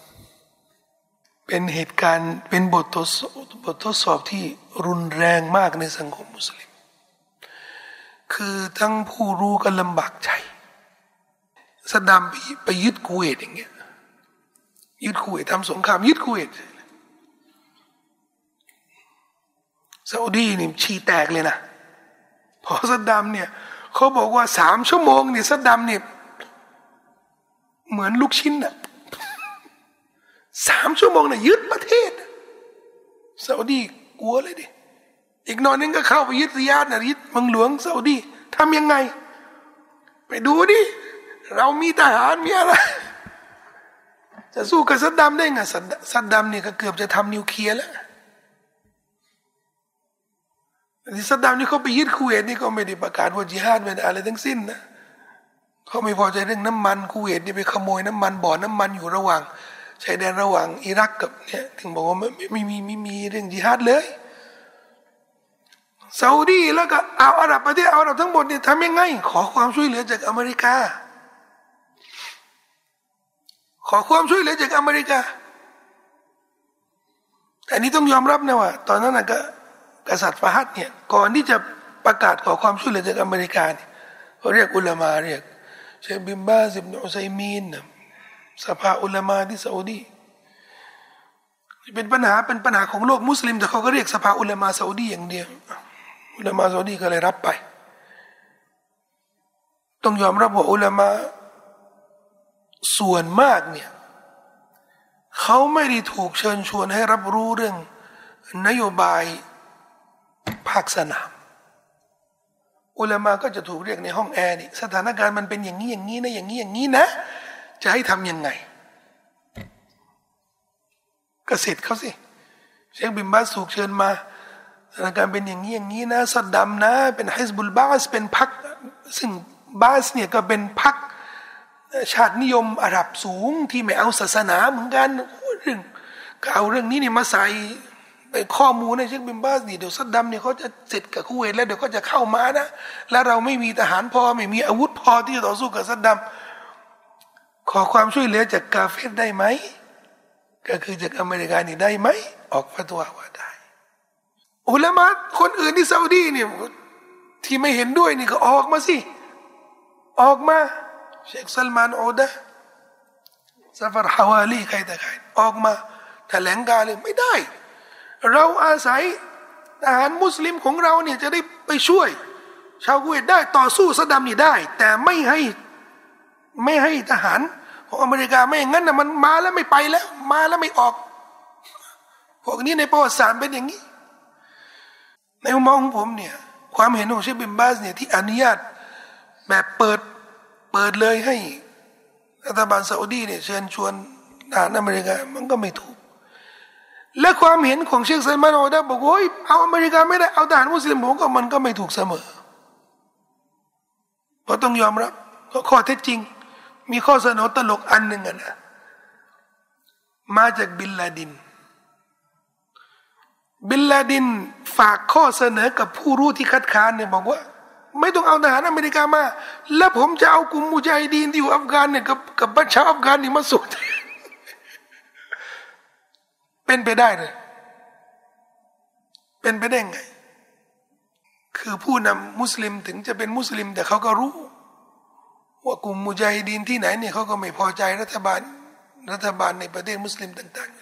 เป็นเหตุการณ์เป็นบททดสอบบททดสอบที่รุนแรงมากในสังคมมุสลิมคือทั้งผู้รู้ก็ลำบากใจซัดดัมไปไปยึดคูเวตอย่างเงี้ยยึดคูเวตทำสงครามยึดคูเวตซาอุดีนี่ชีแตกเลยนะพอซัดดัมเนี่ยเขาบอกว่าสามชั่วโมงเนี่ยซัดดัมเนี่ยเหมือนลูกชิ้นอะสามชั่วโมงเนี่ยยึดประเทศซาอุดีกลัวเลยดิอีกหน่อยนึงก็เข้าไปยึดริยาดนะยึดเมืองหลวงซาอุดีทำยังไงไปดูดิเรามีทหารมีอะไรจะสู้กับซัดดัมได้ไงซัดดัมเนี่ยก็เกือบจะทำนิวเคลียร์แล้วที่ซัดดัมนี่เขาไปยึดคูเวตนี่ก็ไม่ได้ประกาศว่าจิฮาดไม่ได้อะไรทั้งสิ้นนะเขาไม่พอใจเรื่องน้ำมันคูเวตนี่ไปขโมยน้ำมันบ่อน้ำมันอยู่ระหว่างชายแดนระหว่างอิรักกับเนี่ยถึงบอกว่าไม่ไม่มีไม่มีเรื่องจิฮาดเลยซาอุดีแล้วก็เอาอาหรับประเทศอาหรับทั้งหมดเนี่ยทำยังไงขอความช่วยเหลือจากอเมริกาขอความช่วยเหลือจากอเมริกาแต่นี้ต้องยอมรับนะว่าตอนนั้นนะก็กษัตริย์ฟาฮัดเนี่ยก่อนที่จะประกาศขอความช่วยเหลือจากอเมริกาเนี่ยเขาเรียกอุลามาเรียกเชคบินบาซิบนุอุซัยมีนสภาอุลามาที่ซาอุดีเป็นปัญหาเป็นปัญหาของโลกมุสลิมแต่เขาก็เรียกสภาอุลามาซาอุดีอย่างเดียวอุลามาซาอุดีก็เลยรับไปต้องยอมรับว่าอุลามาส่วนมากเนี่ยเขาไม่ได้ถูกเชิญชวนให้รับรู้เรื่องนโยบายภาคสนามอุลามาก็จะถูกเรียกในห้องแอร์นี่สถานการณ์มันเป็นอย่างนี้อย่างนี้นะอย่างนี้อย่างนี้นะจะให้ทำยังไงก็เสร็จเขาสิเชคบินบาสถูกเชิญมาสถานการณ์เป็นอย่างนี้อย่างนี้นะซัดดัมนะเป็นฮิซบุลบาสเป็นพรรคซึ่งบาสเนี่ยก็เป็นพรรคชาตินิยมอาหรับสูงที่ไม่เอาศาสนาเหมือนกันเรื่องก็เอาเรื่องนี้นี่มาใส่ไปข้อมูลในเชคบินบาสนี่เดี๋ยวซัดดัมเนี่ยเขาจะเสร็จกับคูเวตแล้วเดี๋ยวเขาจะเข้ามานะแล้วเราไม่มีทหารพอไม่มีอาวุธพอที่จะต่อสู้กับซัดดัมขอความช่วยเหลือจากกาเฟรได้ไหมก็คือจากอเมริกานี่ได้ไหมออกฟัตวาว่าได้อุลามะคนอื่นที่ซาอุดีเนี่ยที่ไม่เห็นด้วยนี่ก็ออกมาสิออกมาเชคซัลมานอูดะซาฟาร์ฮาวาลีใครแต่ใครออกมาแถลงการเลยไม่ได้เราอาศัยทหารมุสลิมของเราเนี่ยจะได้ไปช่วยชาวคูเวตได้ต่อสู้ซัดดัมนี่ได้แต่ไม่ให้ไม่ให้ทหารของอเมริกาไม่อย่างนั้นนะมันมาแล้วไม่ไปแล้วมาแล้วไม่ออกพวกนี้ในประวัติศาสตร์เป็นอย่างนี้ในมุมมองของผมเนี่ยความเห็นของเชคบินบาสเนี่ยที่อนุญาตแบบเปิดเปิดเลยให้รัฐบาลซาอุดีเนี่ยเชิญชวนทหารอเมริกามันก็ไม่ถูกและความเห็นของเชคซัลมานอูดะบอกว่าเอาอเมริกาไม่ได้เอาทหารมุสลิมผมก็มันก็ไม่ถูกเสมอเพราะต้องยอมรับข้อเท็จจริงมีข้อเสนอตลกอันหนึ่งนะมาจากบินลาดินบินลาดินฝากข้อเสนอกับผู้รู้ที่คัดค้านเนี่ยบอกว่าไม่ต้องเอาทหารอเมริกามาแล้วผมจะเอากลุ่มมุญาฮิดีนที่อยู่อัฟกานเนี่ยกับกับบัชชาอัฟกานนี่มาสู้เป็นไปได้เลยเป็นไปได้ไงคือผู้นำมุสลิมถึงจะเป็นมุสลิมแต่เขาก็รู้ว่ากลุ่มมุญาฮิดีนที่ไหนเนี่ยเขาก็ไม่พอใจรัฐบาลรัฐบาลในประเทศมุสลิมต่าง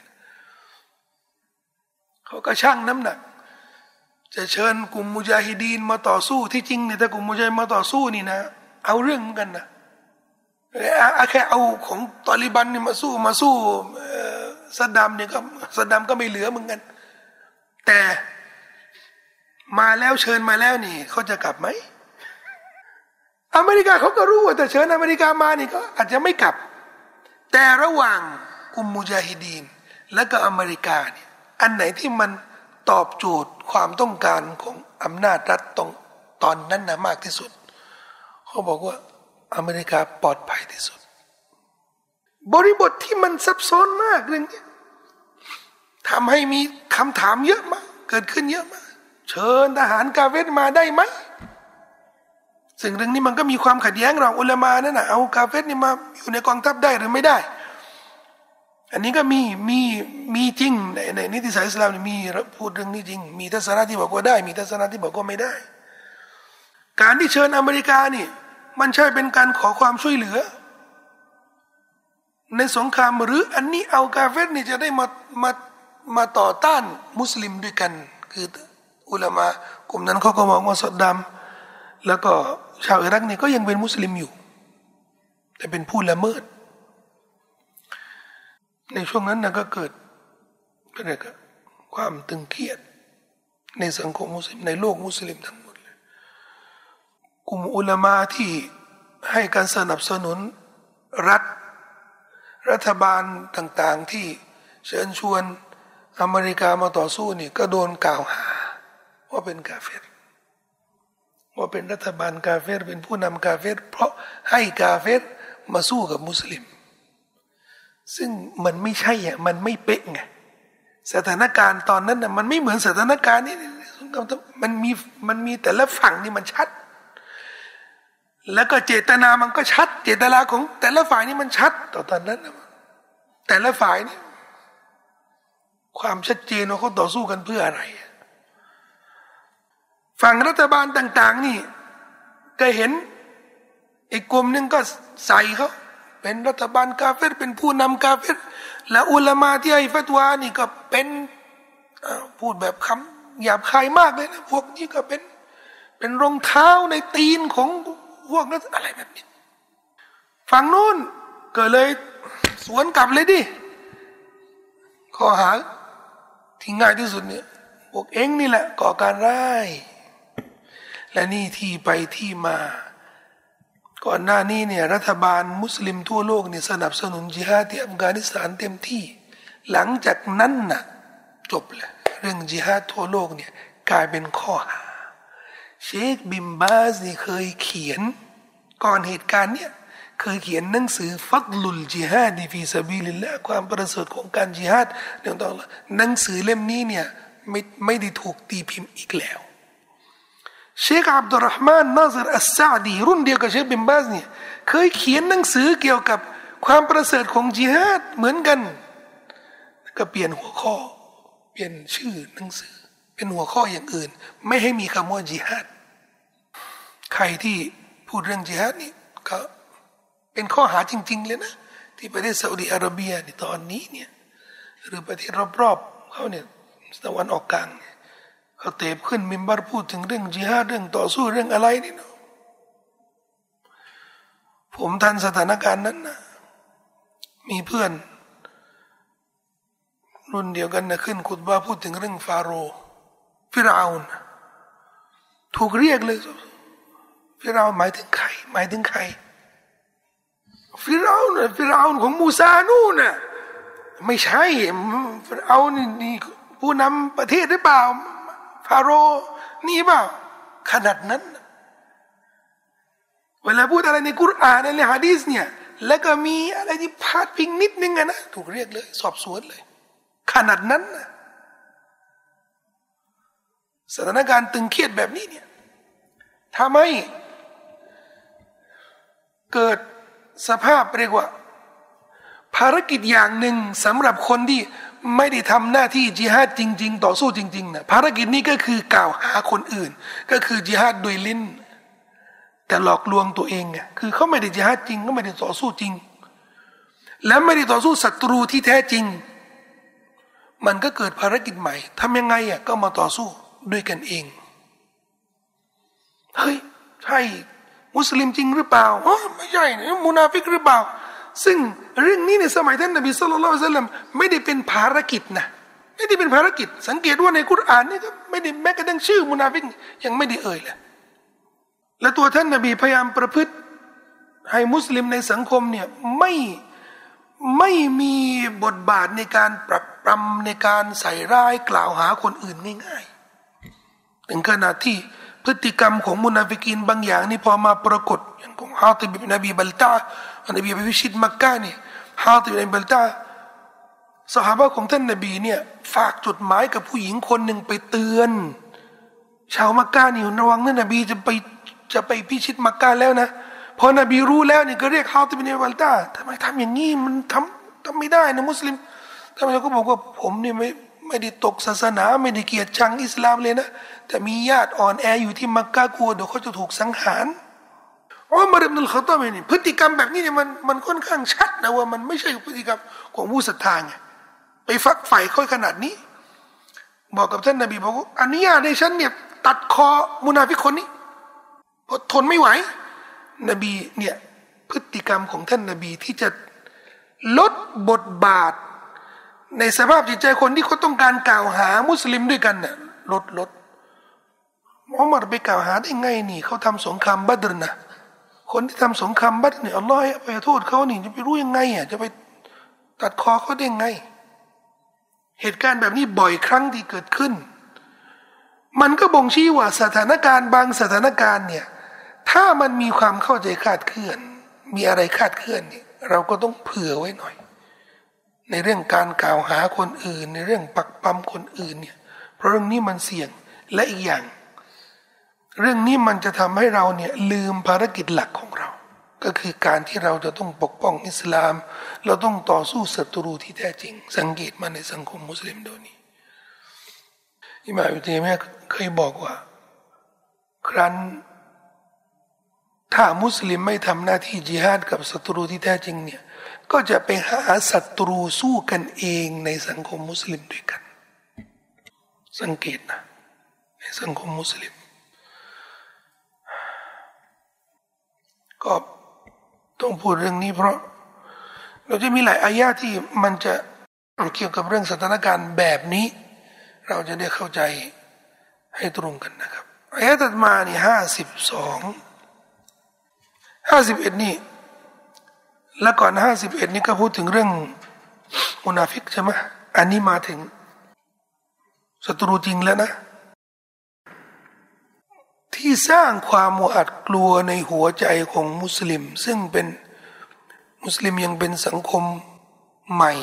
ๆเขาก็ชั่งน้ำหนักจะเชิญกลุ่มมุญาฮิดีนมาต่อสู้ที่จริงเนี่ยถ้ากลุ่มมุญาฮิดีนมาต่อสู้นี่นะเอาเรื่องเหมือนกันนะแค่เอาของตอลิบันนี่มาสู้มาสู้ซัดดัมเนี่ยก็ซัดดัมก็ไม่เหลือเหมือนกันแต่มาแล้วเชิญมาแล้วนี่เขาจะกลับไหมอเมริกาเขาก็รู้ว่าแต่เชิญอเมริกามานี่ก็อาจจะไม่กลับแต่ระหว่างกลุ่มมุญาฮิดีนและก็อเมริกาเนี่ยอันไหนที่มันตอบโจทย์ความต้องการของอำนาจรัฐตรงตอนนั้นนะมากที่สุดเขาบอกว่าอเมริกาปลอดภัยที่สุดบริบทที่มันซับซ้อนมากเรื่องนี้ทำให้มีคำถามเยอะมากเกิดขึ้นเยอะมากเชิญทหารกาเฟรมาได้ไหมสิ่งเรื่องนี้มันก็มีความขัดแย้งระหว่างอุลามานั่นนะเอากาเฟรนี่มาอยู่ในกองทัพได้หรือไม่ได้อันนี้ก็มีมีมีจริงในในนิติศาสตร์อิสลามมีพูดเรื่องนี้จริงมีทัศนะที่บอกว่าได้มีทัศนะที่บอกว่าไม่ได้การที่เชิญอเมริกานี่มันใช่เป็นการขอความช่วยเหลือในสงครามหรืออันนี้เอากาเฟรนี่จะได้มามามาต่อต้านมุสลิมด้วยกันคืออุลามะกลุ่มนั้นเขาก็มองว่าซัดดัมแล้วก็ชาวอิรักเนี่ยก็ยังเป็นมุสลิมอยู่แต่เป็นผู้ละเมิดในช่วงนั้นนะก็เกิดอะไรก็ความตึงเครียดในสังคมมุสลิมในโลกมุสลิมทั้งหมดเลยกลุ่มอุลามะที่ให้การสนับสนุนรัฐรัฐบาลต่างๆที่เชิญชวนอเมริกามาต่อสู้นี่ก็โดนกล่าวหาว่าเป็นกาเฟรว่าเป็นรัฐบาลกาเฟรเป็นผู้นำกาเฟรเพราะให้กาเฟรมาสู้กับมุสลิมซึ่งมันไม่ใช่อ่ะมันไม่เป๊ะไงสถานการณ์ตอนนั้นน่ะมันไม่เหมือนสถานการณ์นี้มันมีมันมีแต่ละฝั่งนี่มันชัดแล้วก็เจตนามันก็ชัดเจตนาของแต่ละฝ่ายนี่มันชัดต่อตอนนั้นแต่ละฝ่ายนี่ความชัดเจนว่าเขาต่อสู้กันเพื่ออะไรฝั่งรัฐบาลต่างๆนี่ก็เห็นอีกกลุ่มหนึ่งก็ใส่เขาเป็นรัฐบาลกาเฟรเป็นผู้นำกาเฟรและอุลามะที่ให้ฟัตวานี่ก็เป็นพูดแบบคำหยาบคายมากเลยนะพวกนี้ก็เป็นเป็นรองเท้าในตีนของพวกนั้นอะไรแบบนี้ฝั่งนู้นก็เลยสวนกลับเลยดิข้อหาที่ง่ายที่สุดเนี่ยพวกเอ็งนี่แหละก่อการร้ายและนี่ที่ไปที่มาก่อนหน้านี้เนี่ยรัฐบาลมุสลิมทั่วโลกเนี่ยสนับสนุนจิฮาดที่อัฟกานิสถานเต็มที่หลังจากนั้นน่ะจบเลยเรื่องจิฮาดทั่วโลกเนี่ยกลายเป็นข้อหาเชคบิมบาสนี่เคยเขียนก่อนเหตุการณ์เนี่ยเคยเขียนหนังสือฟัดลุลจิฮาดฟีซาบีลิลละความประเสริฐของการจิฮาดเรื่องต่อหนังสือเล่มนี้เนี่ยไม่ไม่ได้ถูกตีพิมพ์อีกแล้วเชคอับดุลรห์มานนาซิรอัสซาดีรุ่นเดียวกับเชคบิมบาสเนี่ยเคยเขียนหนังสือเกี่ยวกับความประเสริฐของจิฮาดเหมือนกันก็เปลี่ยนหัวข้อเปลี่ยนชื่อหนังสือเป็นหัวข้ออย่างอื่นไม่ให้มีคำว่าจิฮาดใครที่พูดเรื่องจิฮาดนี่ก็เป็นข้อหาจริงๆเลยนะที่ประเทศซาอุดิอาระเบียในตอนนี้เนี่ยหรือประเทศรอบๆเขาเนี่ยตะวันออกกลางเขาเตบขึ้นมิมบัรพูดถึงเรื่องจิฮาดเรื่องต่อสู้เรื่องอะไรนี่เนาะผมทันสถานการณ์นั้นนะมีเพื่อนรุ่นเดียวกันนะขึ้นคุตบะห์พูดถึงเรื่องฟาโรห์ฟิรเอาน์ถูกเรียกเลยฟิรเอาน์หมายถึงใครหมายถึงใครฟิรเอาน์ฟิรเอาน์ของมูซานู่นน่ะไม่ใช่ฟิรเอาน์นี่ผู้นำประเทศหรือเปล่าฟาโรห์นี่เปล่าขนาดนั้นเวลาพูดอะไรในกุรอานในหะดีษเนี่ยแล้วก็มีอะไรที่พาดพิงนิดนึงอะนะถูกเรียกเลยสอบสวนเลยขนาดนั้นนะสถานการณ์ตึงเครียดแบบนี้เนี่ยทำให้เกิดสภาพเรียกว่าภารกิจอย่างหนึ่งสำหรับคนที่ไม่ได้ทำหน้าที่จิฮาดจริงๆต่อสู้จริงๆนะภารกิจนี้ก็คือกล่าวหาคนอื่นก็คือจิฮาดโดยลิ้นแต่หลอกลวงตัวเองไงคือเขาไม่ได้จิฮาดจริงก็ไม่ได้ต่อสู้จริงและไม่ได้ต่อสู้ศัตรูที่แท้จริงมันก็เกิดภารกิจใหม่ทำยังไงอ่ะก็มาต่อสู้ด้วยกันเองเฮ้ยใช่มุสลิมจริงหรือเปล่าอ๋อไม่ใช่มุนาฟิกหรือเปล่าซึ่งเรื่องนี้ในสมัยท่านนบีศ็อลลัลลอฮุอะลัยฮิวะซัลลัมไม่ได้เป็นภารกิจนะไม่ได้เป็นภารกิจสังเกตว่าในกุรอานนี่ก็ไม่ได้แม้กระทั่งชื่อมุนาฟิกยังไม่ได้เอ่ยเลยและตัวท่านนบีพยายามประพฤติให้มุสลิมในสังคมเนี่ยไม่ไม่มีบทบาทในการปรับปรำในการใส่ร้ายกล่าวหาคนอื่นง่ายๆถึงขนาดที่พฤติกรรมของมุนาฟิกีนบางอย่างนี่พอมาปรากฏอย่างของฮาติบอิบนอบีบัลตานบีไปวิชิตมักกะนี่ฮาติบอิบนบัลตาซอฮาบะห์ของท่านนบีเนี่ยฝากจดหมายกับผู้หญิงคนหนึ่งไปเตือนชาวมักกะนี่ระวังนะนบีจะไปจะไปพิชิตมักกะแล้วนะพอนบีรู้แล้วนี่ก็เรียกฮาติบอิบนบัลตาทำไมทำอย่างนี้มันทำทำไม่ได้นะมุสลิมท่านนบีก็บอกว่าผมนี่ไม่ไม่ได้ตกศาสนาไม่ได้เกลียดชังอิสลามเลยนะแต่มีญาติอ่อนแออยู่ที่มักกะกลัวเดี๋ยวเขาจะถูกสังหารอุมัรอิบนุลค็อฏฏอบนี่พฤติกรรมแบบนี้เนี่ยมันมันค่อนข้างชัดนะว่ามันไม่ใช่พฤติกรรมของผู้ศรัทธาไงไปฝักใฝ่ค่อยขนาดนี้บอกกับท่านนบีบอกว่าอนุญาตให้ฉันเนี่ยตัดคอมุนาฟิกคนนี้เพราะทนไม่ไหวนบีเนี่ยพฤติกรรมของท่านนบีที่จะลดบทบาทในสภาพจิตใจคนที่เขาต้องการกล่าวหามุสลิมด้วยกันเนี่ยลดลดอุมัรไปกล่าวหาได้ไงนี่เขาทำสงครามบัดรนะคนที่ทำสงครามบัดรเนี่ยอัลลอฮ์ให้ไปโทษเขานี่จะไปรู้ยังไงอ่ะจะไปตัดคอเขาได้ไงเหตุการณ์แบบนี้บ่อยครั้งที่เกิดขึ้นมันก็บ่งชี้ว่าสถานการณ์บางสถานการณ์เนี่ยถ้ามันมีความเข้าใจคลาดเคลื่อนมีอะไรคลาดเคลื่อนเนี่ยเราก็ต้องเผื่อไว้หน่อยในเรื่องการกล่าวหาคนอื่นในเรื่องปักปั๊มคนอื่นเนี่ยเพราะเรื่องนี้มันเสี่ยงและอีกอย่างเรื่องนี้มันจะทำให้เราเนี่ยลืมภารกิจหลักของเราก็คือการที่เราจะต้องปกป้องอิสลามเราต้องต่อสู้ศัตรูที่แท้จริงสังเกตมาในสังคมมุสลิมโดยนี้อิหม่ามอิบนุตัยมียะห์เคยบอกว่าครั้นถ้ามุสลิมไม่ทำหน้าที่ญิฮาดกับศัตรูที่แท้จริงเนี่ยก็จะไปหาศัตรูสู้กันเองในสังคมมุสลิมด้วยกันสังเกตนะในสังคมมุสลิมก็ต้องพูดเรื่องนี้เพราะเราจะมีหลายอายะที่มันจะเกี่ยวกับเรื่องสถานการณ์แบบนี้เราจะได้เข้าใจให้ตรงกันนะครับอายะถัดมานี่ห้าสิบสองห้าสิบเอ็ดนี่แล้วก่อนห้าสิบเอ็ดนี่ก็พูดถึงเรื่องมุนาฟิกใช่ไหมอันนี้มาถึงศัตรูจริงแล้วนะที่สร้างความหวาดกลัวในหัวใจของมุสลิมซึ่งเป็นมุสลิมยังเป็นสังคมใหม่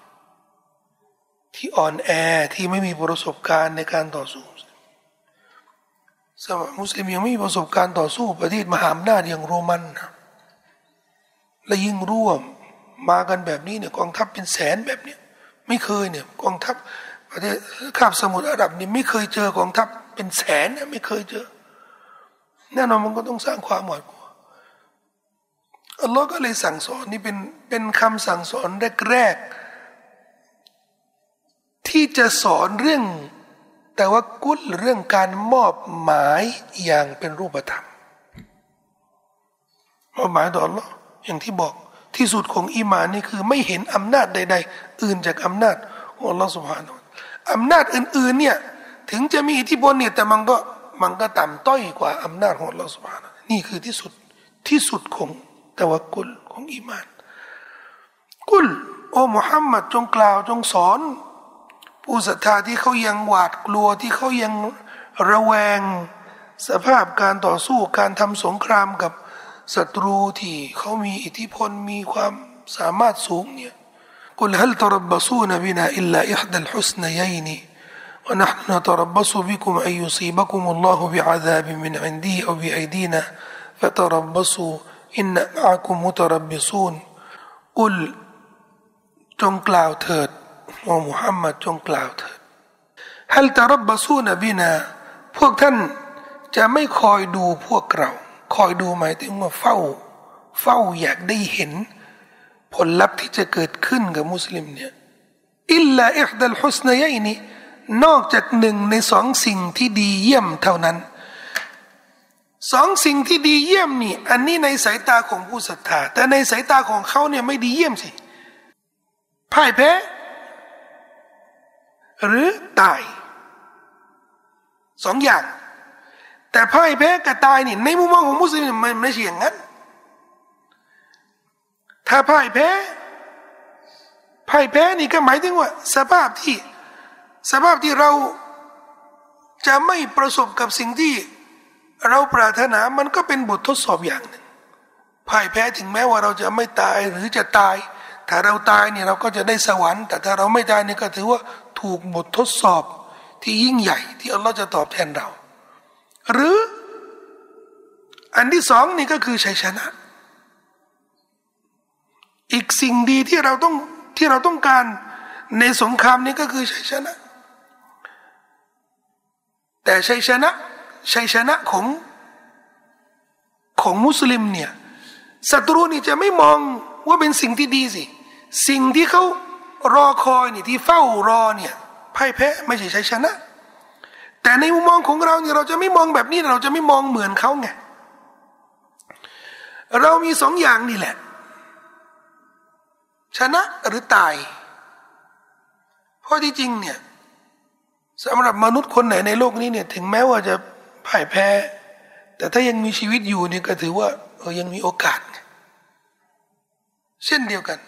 ที่อ่อนแอที่ไม่มีประสบการณ์ในการต่อสู้สมัยมุสลิมยังไม่มีประสบการณ์ต่อสู้ประเทศมหาอำนาจอย่างโรมันนะและยิ่งร่วมมากันแบบนี้เนี่ยกองทัพเป็นแสนแบบเนี้ยไม่เคยเนี่ยกองทัพประเทศคาบสมุทรอาหรับนี่ไม่เคยเจอกองทัพเป็นแสนนะไม่เคยเจอแน่นอนมันก็ต้องสร้างความหวาดกลัวอัลลอฮ์ก็เลยสั่งสอนนี่เป็นเป็นคำสั่งสอนแรกๆที่จะสอนเรื่องแต่ว่ากุลเรื่องการมอบหมายอย่างเป็นรูปธรรมมอบหมายต่ออัลลอฮ์อย่างที่บอกที่สุดของอีหม่านนี่คือไม่เห็นอำนาจใดๆอื่นจากอำนาจของอัลลอฮ์ سبحانه อำนาจอื่นๆเนี่ยถึงจะมีอิทธิพลเนี่ยแต่มันก็มันก็ต่ำต้อยกว่าอำนาจของอัลลอฮ์ سبحانه นี่คือที่สุดที่สุดของตะวักกุลของอีหม่านกุลโอ้มุฮัมมัดจงกล่าวจงสอนผู้ศรัทธาที่เขายังหวาดกลัวที่เขายังระแวงสภาพการต่อสู้การทำสงครามกับศัตรูที่เขามีอิทธิพลมีความสามารถสูงเนี่ยกุลฮัลตรับบซูนบินาอิลลาอิฮดัลฮุสนัยนีونحن نتربص بكم أن يصيبكم الله بعذاب من عنده أو بأيدينا فتربصوا إن معكم متربصون قل จงกล่าวเถิดโอ้มุฮัมมัดจงกล่าวเถิดฮัลตรับบซูนบินาพวกท่านจะไม่คอยดูพวกเราคอยดูหมายถึงว่าเฝ้าเฝ้าอยากได้เห็นผลลัพธ์ที่จะเกิดขึ้นกับมุสลิมเนี่ยอิลลาอิฮดัลฮุสนัยนีนอกจากหนึ่งในสองสิ่งที่ดีเยี่ยมเท่านั้นสองสิ่งที่ดีเยี่ยมนี่อันนี้ในสายตาของผู้ศรัทธาแต่ในสายตาของเขาเนี่ยไม่ดีเยี่ยมสิพ่ายแพ้หรือตายสองอย่างแต่พ่ายแพ้กับตายนี่ในมุมมองของมุสลิมมันไม่ใช่อย่างนั้นถ้าพ่ายแพ้พ่ายแพ้นี่ก็หมายถึงว่าสภาพที่สภาพที่เราจะไม่ประสบกับสิ่งที่เราปรารถนามันก็เป็นบททดสอบอย่างหนึ่งพ่ายแพ้ถึงแม้ว่าเราจะไม่ตายหรือจะตายถ้าเราตายเนี่ยเราก็จะได้สวรรค์แต่ถ้าเราไม่ตายเนี่ยก็ถือว่าถูกบททดสอบที่ยิ่งใหญ่ที่อัลลอฮ์จะตอบแทนเราหรืออันที่สองนี่ก็คือชัยชนะอีกสิ่งดีที่เราต้องที่เราต้องการในสงครามนี้ก็คือชัยชนะแต่ชัยชนะชัยชนะของของมุสลิมเนี่ยศัตรูนี่จะไม่มองว่าเป็นสิ่งที่ดีสิสิ่งที่เขารอคอยนี่ที่เฝ้ารอเนี่ยพ่ายแพ้ไม่ใช่ชัยชนะแต่ในมุมมองของเราเนี่ยเราจะไม่มองแบบนี้เราจะไม่มองเหมือนเขาไงเรามีสองอย่างนี่แหละชนะหรือตายเพราะที่จริงเนี่ยสำหรับมนุษย์คนไหนในโลกนี้เนี่ยถึงแม้ว่าจะพ่ายแพ้แต่ถ้ายังมีชีวิตอยู่เนี่ยก็ถือว่าเออยังมีโอกาสเช่นเดียวกัน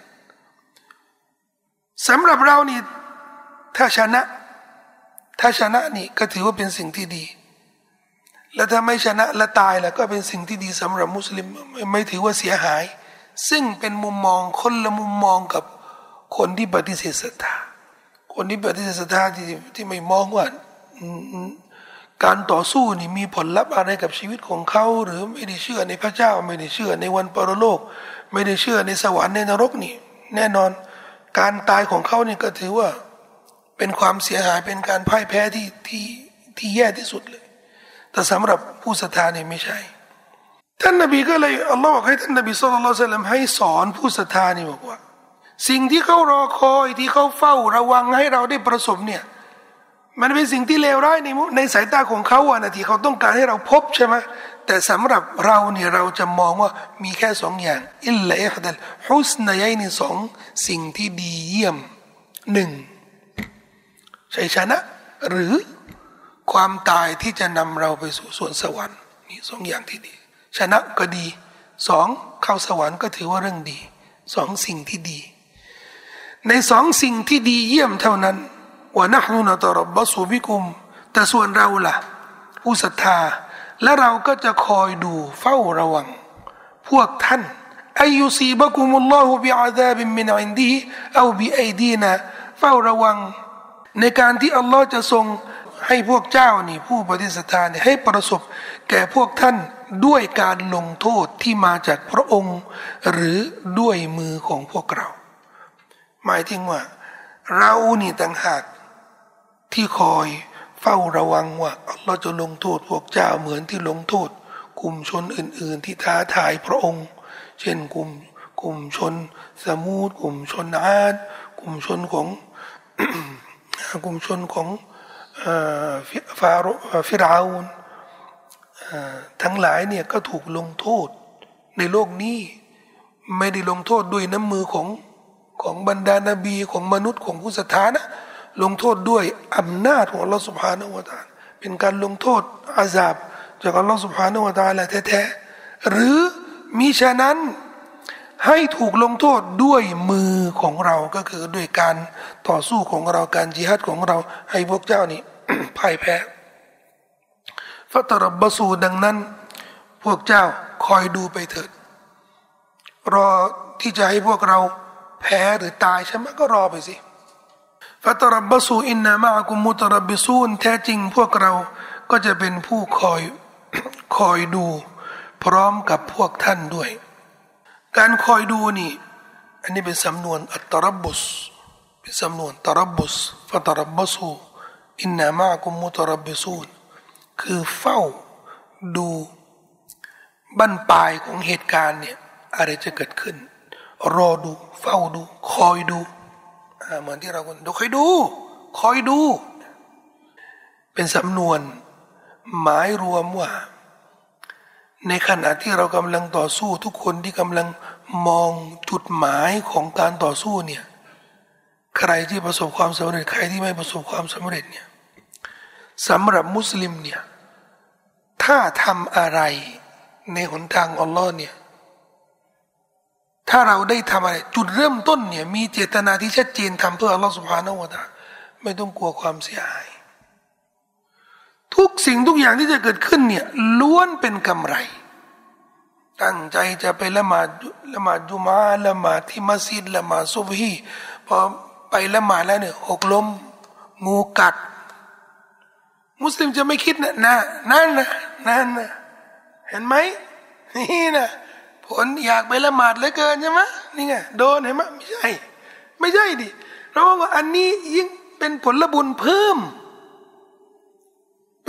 สำหรับเรานี่ถ้าชนะถ้าชนะนี่ก็ถือว่าเป็นสิ่งที่ดีและถ้าไม่ชนะและตายแล้วก็เป็นสิ่งที่ดีสำหรับมุสลิมไม่ไม่ถือว่าเสียหายซึ่งเป็นมุมมองคนละมุมมองกับคนที่ปฏิเสธศรัทธาคนที่ปฏิเสธศรัทธาที่ที่ไม่มองว่าการต่อสู้นี่มีผลลัพธ์อะไรกับชีวิตของเขาหรือไม่ได้เชื่อในพระเจ้าไม่ได้เชื่อในวันปรโลกไม่ได้เชื่อในสวรรค์ในนรกนี่แน่นอนการตายของเขาเนี่ยก็ถือว่าเป็นความเสียหายเป็นการพ่ายแพ้ที่ที่ที่แย่ที่สุดเลยแต่สำหรับผู้ศรัทธาเนี่ยไม่ใช่ท่านนบีก็เลยอัลลอฮ์บอกให้ท่านนบีศ็อลลัลลอฮุอะลัยฮิวะซัลลัมให้สอนผู้ศรัทธานี่บอกว่าสิ่งที่เขารอคอยที่เขาเฝ้าระวังให้เราได้ประสบเนี่ยมันเป็นสิ่งที่เลวร้ายในในสายตาของเขาอะนะที่เขาต้องการให้เราพบใช่ไหมแต่สำหรับเราเนี่ยเราจะมองว่ามีแค่สองอย่างอิลลาอิฮดัลฮุสนัยนี่สองสิ่งที่ดีเยี่ยมหนึ่งชัยชนะหรือความตายที่จะนำเราไปสู่สวนสวรรค์นี่สองอย่างที่ดีชนะก็ดีสองเข้าสวรรค์ก็ถือว่าเรื่องดีสองสิ่งที่ดีในสองสิ่งที่ดีเยี่ยมเท่านั้นว่านะฮ์นุนะตะรับบะซุบิกุมแต่ส่วนเราล่ะผู้ศรัทธาและเราก็จะคอยดูเฝ้าระวังพวกท่านอายุซีบะกุมุลลอฮุบิอาซาบิมินอินดีฮิเอาบิอัยดีนาเฝ้าระวังในการที่อัลลอฮ์จะทรงให้พวกเจ้านี่ผู้ปฏิเสธเนี่ยให้ประสบแก่พวกท่านด้วยการลงโทษที่มาจากพระองค์หรือด้วยมือของพวกเราหมายถึงว่าเรานี่ต่างหากที่คอยเฝ้าระวังว่าอัลลอฮ์จะลงโทษพวกเจ้าเหมือนที่ลงโทษกลุ่มชนอื่นๆที่ท้าทายพระองค์เช่นกลุ่มกลุ่มชนสมูดกลุ่มชนอาดกลุ่มชนของ กลุ่มชนของฟาโรฟิรเอานทั้งหลายเนี่ยก็ถูกลงโทษในโลกนี้ไม่ได้ลงโทษด้วยน้ำมือของของบรรดานาบีของมนุษย์ของผู้ศรัทธานะลงโทษด้วยอำนาจของอัลลอฮฺ سبحانه และ تعالى เป็นการลงโทษอาซาบจากอัลลอฮฺ سبحانه และ تعالى แท้ๆหรือมิฉะนั้นให้ถูกลงโทษด้วยมือของเราก็คือด้วยการต่อสู้ของเราการจิฮัดของเราให้พวกเจ้านี่ พ่ายแพ้ฟะตะรับบะซูดังนั้นพวกเจ้าคอยดูไปเถิดรอที่จะให้พวกเราแพ้หรือตายใช่ไหมก็รอไปสิฟะตะรับบะซูอินนามะอะกุมมุตะรับบิซูนแท้จริงพวกเราก็จะเป็นผู้คอย คอยดูพร้อมกับพวกท่านด้วยการคอยดูนี่อันนี้เป็นสำนวนอัตตะรับบุสเป็นสำนวนตะรับบุสฟะตะรับบะซูอินนามะอะกุมมุตะรับบิซูนคือเฝ้าดูบั้นปลายของเหตุการณ์เนี่ยอะไรจะเกิดขึ้นรอดูเฝ้าดูคอยดูเหมือนที่เราคนดูคอยดูคอยดูเป็นสำนวนหมายรวมว่าในขณะที่เรากำลังต่อสู้ทุกคนที่กำลังมองจุดหมายของการต่อสู้เนี่ยใครที่ประสบความสำเร็จใครที่ไม่ประสบความสำเร็จเนี่ยสำหรับมุสลิมเนี่ยถ้าทำอะไรในหนทางอัลลอฮ์เนี่ยถ้าเราได้ทำอะไรจุดเริ่มต้นเนี่ยมีเจตนาที่ชัดเจนทำเพื่ออัลลอฮ์ سبحانه และ تعالى ไม่ต้องกลัวความเสียหายทุกสิ่งทุกอย่างที่จะเกิดขึ้นเนี่ยล้วนเป็นกำไรตั้งใจจะไปละหมาดละหมาดจุมาอะห์ละหมาดที่มัสยิดละหมาดซุบฮีพอไปละหมาดแล้วเนี่ยหกล้มงูกัดมุสลิมจะไม่คิดนะนะนั่นนะนั่นนะเห็นไหมนี่นะผลอยากไปละหมาดเหลือเกินใช่ไหมนี่ไงโดนเห็นไหมไม่ใช่ไม่ใช่ดิเราว่าอันนี้ยิ่งเป็นผลบุญเพิ่มเป็น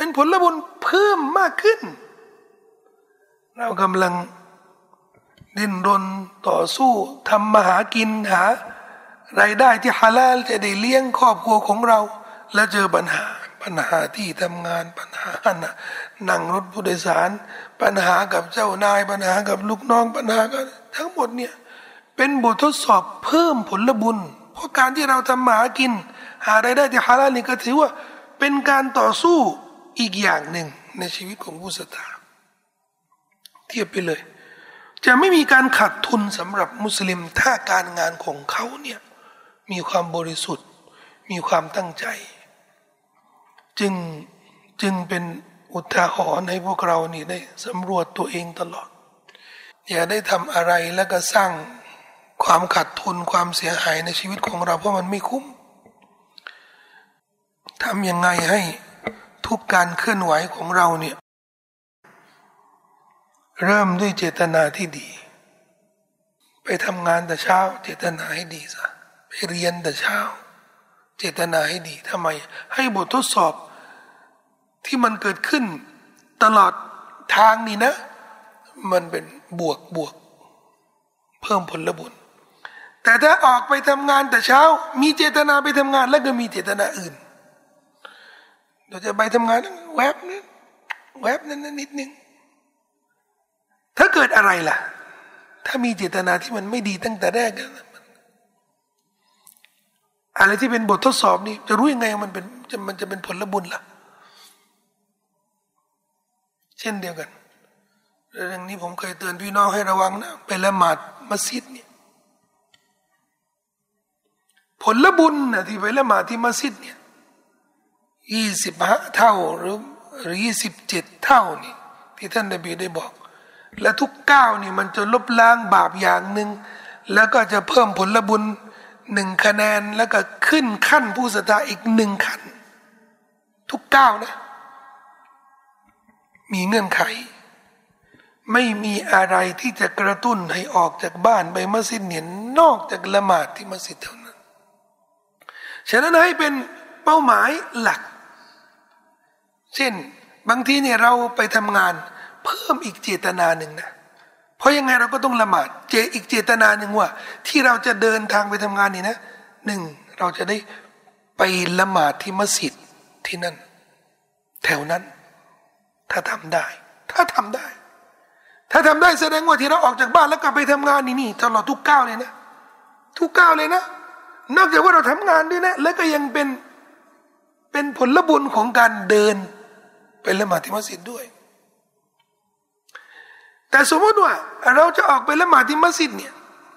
เป็นผลบุญเพิ่มมากขึ้นเรากำลังดิ้นรนต่อสู้ทำมาหากินหารายได้ที่ฮาลาลจะได้เลี้ยงครอบครัวของเราและเจอปัญหาปัญหาที่ทำงานปัญหานั่งรถผู้โดยสารปัญหากับเจ้านายปัญหากับลูกน้องปัญหากันทั้งหมดเนี่ยเป็นบททดสอบเพิ่มผลบุญเพราะการที่เราทำมาหากินหารายได้ที่ฮาลาลนี่ก็ถือว่าเป็นการต่อสู้อีกอย่างหนึ่งในชีวิตของผู้ศรัทธาเทียบไปเลยจะไม่มีการขาดทุนสำหรับมุสลิมถ้าการงานของเขาเนี่ยมีความบริสุทธิ์มีความตั้งใจจึงจึงเป็นอุทาหรณ์ให้พวกเรานี่ได้สำรวจตัวเองตลอดอย่าได้ทำอะไรแล้วก็สร้างความขาดทุนความเสียหายในชีวิตของเราเพราะมันไม่คุ้มทำยังไงให้ทุกการเคลื่อนไหวของเราเนี่ยเริ่มด้วยเจตนาที่ดีไปทำงานแต่เช้าเจตนาให้ดีซะไปเรียนแต่เช้าเจตนาให้ดีทำไมให้บททดสอบที่มันเกิดขึ้นตลอดทางนี่นะมันเป็นบวกบวกเพิ่มผลบุญแต่ถ้าออกไปทำงานแต่เช้ามีเจตนาไปทำงานแล้วก็มีเจตนาอื่นเราจะไปทำงานแวบนึงแวบนั้นนิดนึงถ้าเกิดอะไรล่ะถ้ามีเจตนาที่มันไม่ดีตั้งแต่แรกอะไรที่เป็นบททดสอบนี่จะรู้ยังไงมันเป็นจะมันจะเป็นผลบุญล่ะเช่นเดียวกันเรื่องนี้ผมเคยเตือนพี่น้องให้ระวังนะไปละหมาดมัสยิดเนี่ยผลบุญนะที่ไปละหมาดที่มัสยิดเนี่ยยี่สิบห้าเท่าหรือหรือยี่สิบเจ็ดเท่านี่ที่ท่านนบีได้บอกและทุกก้าวนี่มันจะลบล้างบาปอย่างหนึ่งแล้วก็จะเพิ่มผลบุญหนึ่งคะแนนแล้วก็ขึ้นขั้นผู้ศรัทธาอีกหนึ่งขั้นทุกก้าวนะมีเงื่อนไขไม่มีอะไรที่จะกระตุ้นให้ออกจากบ้านไปมัสยิดเนี่ยนอกจากละหมาดที่มัสยิดเท่านั้นฉะนั้นให้เป็นเป้าหมายหลักเช่นบางทีเนี่ยเราไปทำงานเพิ่มอีกเจตนาหนึ่งนะเพราะยังไงเราก็ต้องละหมาดเจอีกเจตนาหนึ่งว่าที่เราจะเดินทางไปทำงานนี่นะหนึ่งเราจะได้ไปละหมาดที่มัสยิดที่นั่นแถวนั้นถ้าทำได้ถ้าทำได้ถ้าทำได้แสดงว่าที่เราออกจากบ้านแล้วกลับไปทำงานนี่นี่ตลอดทุกก้าวเลยนะทุกก้าวเลยนะนอกจากว่าเราทำงานด้วยนะแล้วก็ยังเป็นเป็นผลบุญของการเดินไปละหมาดที่มัสยิดด้วยแต่สมมติว่าเราจะออกไปละหมาดที่มัสยิดเนี่ย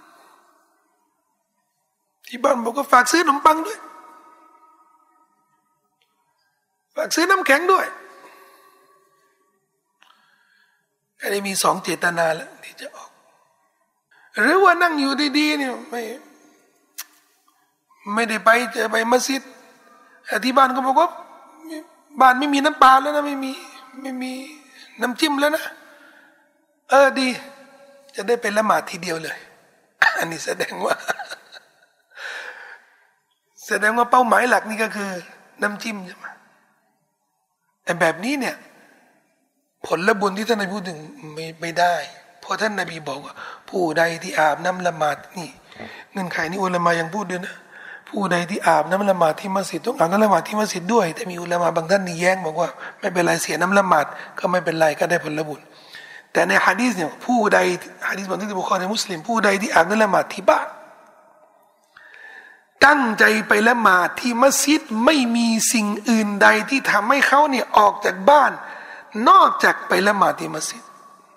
ที่บ้านบอกว่าฝากซื้อขนมปังด้วยฝากซื้อน้ำแข็งด้วยอันนี้มีสองเจตนาแล้วที่จะออกหรือว่านั่งอยู่ดีๆเนี่ยไม่ไม่ได้ไปจะไปมัสยิดที่บ้านก็บอกว่าบ้านไม่มีน้ำปลาแล้วนะไม่มีไม่มีน้ำจิ้มแล้วนะเออดีจะได้เป็นละหมาดทีเดียวเลยอันนี้แสดงว่าแสดงว่าเป้าหมายหลักนี่ก็คือน้ำจิ้มใช่ไหมแต่แบบนี้เนี่ยผลบุญที่ท่านนบีพูดถึงไม่ไม่ได้เพราะท่านนบีบอกว่าผู้ใดที่อาบน้ำละหมาดนี่เงื่อนไขนี้อุลามะยังพูดด้วยนะผู้ใดที่อาบน้ำละหมาดที่มัสยิดต้องอาบน้ำละหมาดที่มัสยิดด้วยแต่มีอุลามะบางท่านนี่แย้งบอกว่าไม่เป็นไรเสียน้ำละหมาดก็ไม่เป็นไรก็ได้ผลบุญแต่ในหะดีษเนี่ยผู้ใดหะดีษบางที่บุคคลในมุสลิมผู้ใดที่อาบน้ำละหมาดที่บ้านตั้งใจไปละหมาดที่มัสยิดไม่มีสิ่งอื่นใดที่ทำให้เขาเนี่ยออกจากบ้านนอกจากไปละหมาดที่มัสยิด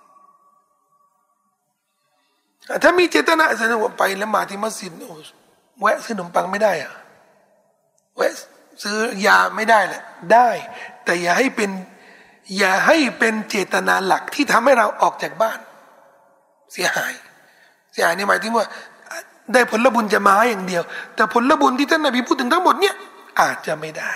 ถ้ามีเจตนาแสดงว่าไปละหมาดที่มัสยิดแวะซื้อขนมปังไม่ได้อะแวะซื้อยาไม่ได้แหละได้แต่อย่าให้เป็นอย่าให้เป็นเจตนาหลักที่ทำให้เราออกจากบ้านเสียหายเสียหายนี่หมายถึงว่าได้ผลบุญจะมาอย่างเดียวแต่ผลบุญที่ท่านนบีพูดถึงทั้งหมดเนี่ยอาจจะไม่ได้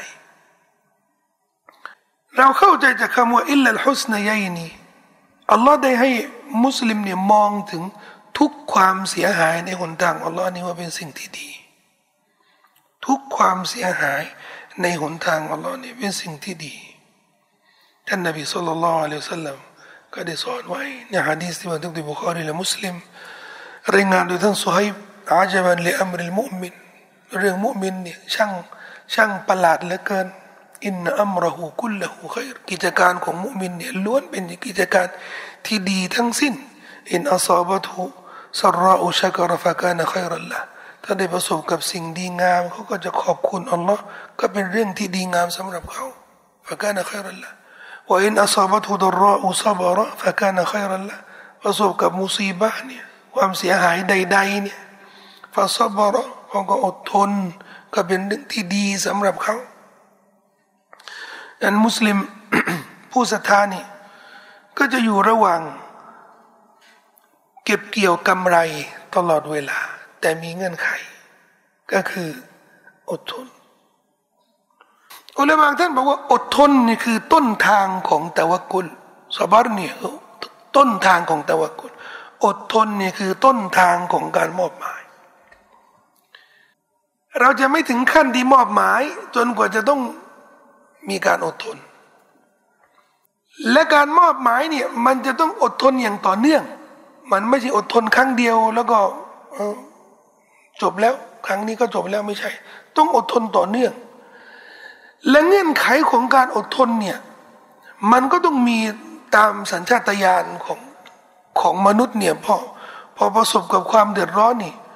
เราเข้าใจจากคำว่าอิลลัลฮุสนัยัยนีอัลลอฮ์ได้ให้มุสลิมเนี่ยมองถึงทุกความเสียหายในหนทางอัลลอฮ์นี่ว่าเป็นสิ่งที่ดีทุกความเสียหายในหนทางอัลลอฮ์นี่เป็นสิ่งที่ดีท่านนบีศ็อลลัลลอฮุอะลัยฮิวะซัลลัมก็ได้สอนไว้ในหะดีษที่บันทึกโดยบุคอรีและมุสลิมรายงานโดยท่านซุฮัยบอาจบันลิอัมริลมุอ์มินเรื่องมุอ์มินเนี่ยช่างช่างประหลาดเหลือเกินอินนะอัมรหูกุลละหูขัยรกิจการของมุอ์มินเนี่ยล้วนเป็นกิจการที่ดีทั้งสิ้นอินอัศอบะตุซัรราอุชักรฟะกานะขัยรัลละถ้าได้ประสบกับสิ่งดีงามเขาก็จะขอบคุณอัลลอฮ์ก็เป็นเรื่องที่ดีงามสำหรับเขาฟะกานะขัยรัลละว่าอินอัศอบะตุดรราอุซับระฟะกานะขัยรัลละประสบกับมุซีบะห์เนี่ยความเสียหายใดๆเนี่ยฟะซับระเขาก็อดทนก็เป็นเรื่องที่ดีสำหรับเขาอันมุสลิม ผู้ศรัทธานี่ก็จะอยู่ระหว่างเก็บเกี่ยวกำไรตลอดเวลาแต่มีเงื่อนไขก็คืออดทนอุลามะท่านบอกว่าอดทนนี่คือต้นทางของตะวักกุลซอบาร์เนี่ยต้นทางของตะวักกุลอดทนนี่คือต้นทางของการมอบหมายเราจะไม่ถึงขั้นที่มอบหมายจนกว่าจะต้องมีการอดทนและการมอบหมายเนี่ยมันจะต้องอดทนอย่างต่อเนื่องมันไม่ใช่อดทนครั้งเดียวแล้วก็จบแล้วครั้งนี้ก็จบแล้วไม่ใช่ต้องอดทนต่อเนื่องและเงื่อนไขของการอดทนเนี่ยมันก็ต้องมีตามสัญชาตญาณของของมนุษย์เนี่ยพอพอประสบกับความเดือดร้อนนี่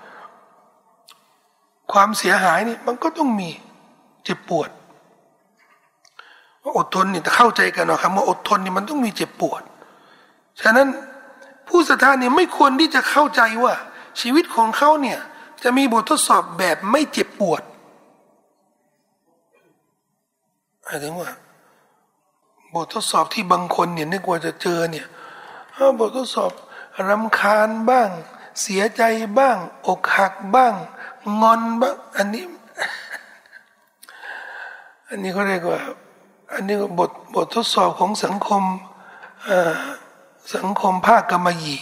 ความเสียหายนี่มันก็ต้องมีเจ็บปวดอดทนนี่จะเข้าใจกันหน่อยครับว่าอดทนนี่มันต้องมีเจ็บปวดฉะนั้นผู้ศรัทธาเนี่ยไม่ควรที่จะเข้าใจว่าชีวิตของเขาเนี่ยจะมีบททดสอบแบบไม่เจ็บปวดหมายถึงว่าบททดสอบที่บางคนเนี่ยนึกว่าจะเจอเนี่ยบททดสอบรำคาญบ้างเสียใจบ้างอกหักบ้างงอนบ้างอันนี้อันนี้เขาเรียกว่าอันนี้บทบททดสอบของสังคมสังคมภาคกำมะหยี่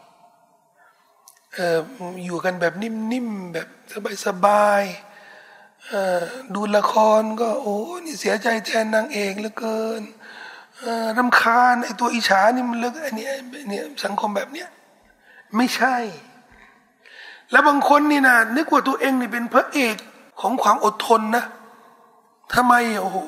อยู่กันแบบนิ่มๆแบบสบายๆดูละครก็โอ้นี่เสียใจแทนนางเอกเหลือเกินรำคาญไอ้ตัวอิจฉานี่มันเลิกไอ้นี่เนี่ยสังคมแบบเนี้ยไม่ใช่แล้วบางคนนี่นะนึกว่าตัวเองนี่เป็นพระเอกของความอดทนนะทำไมโอ้โห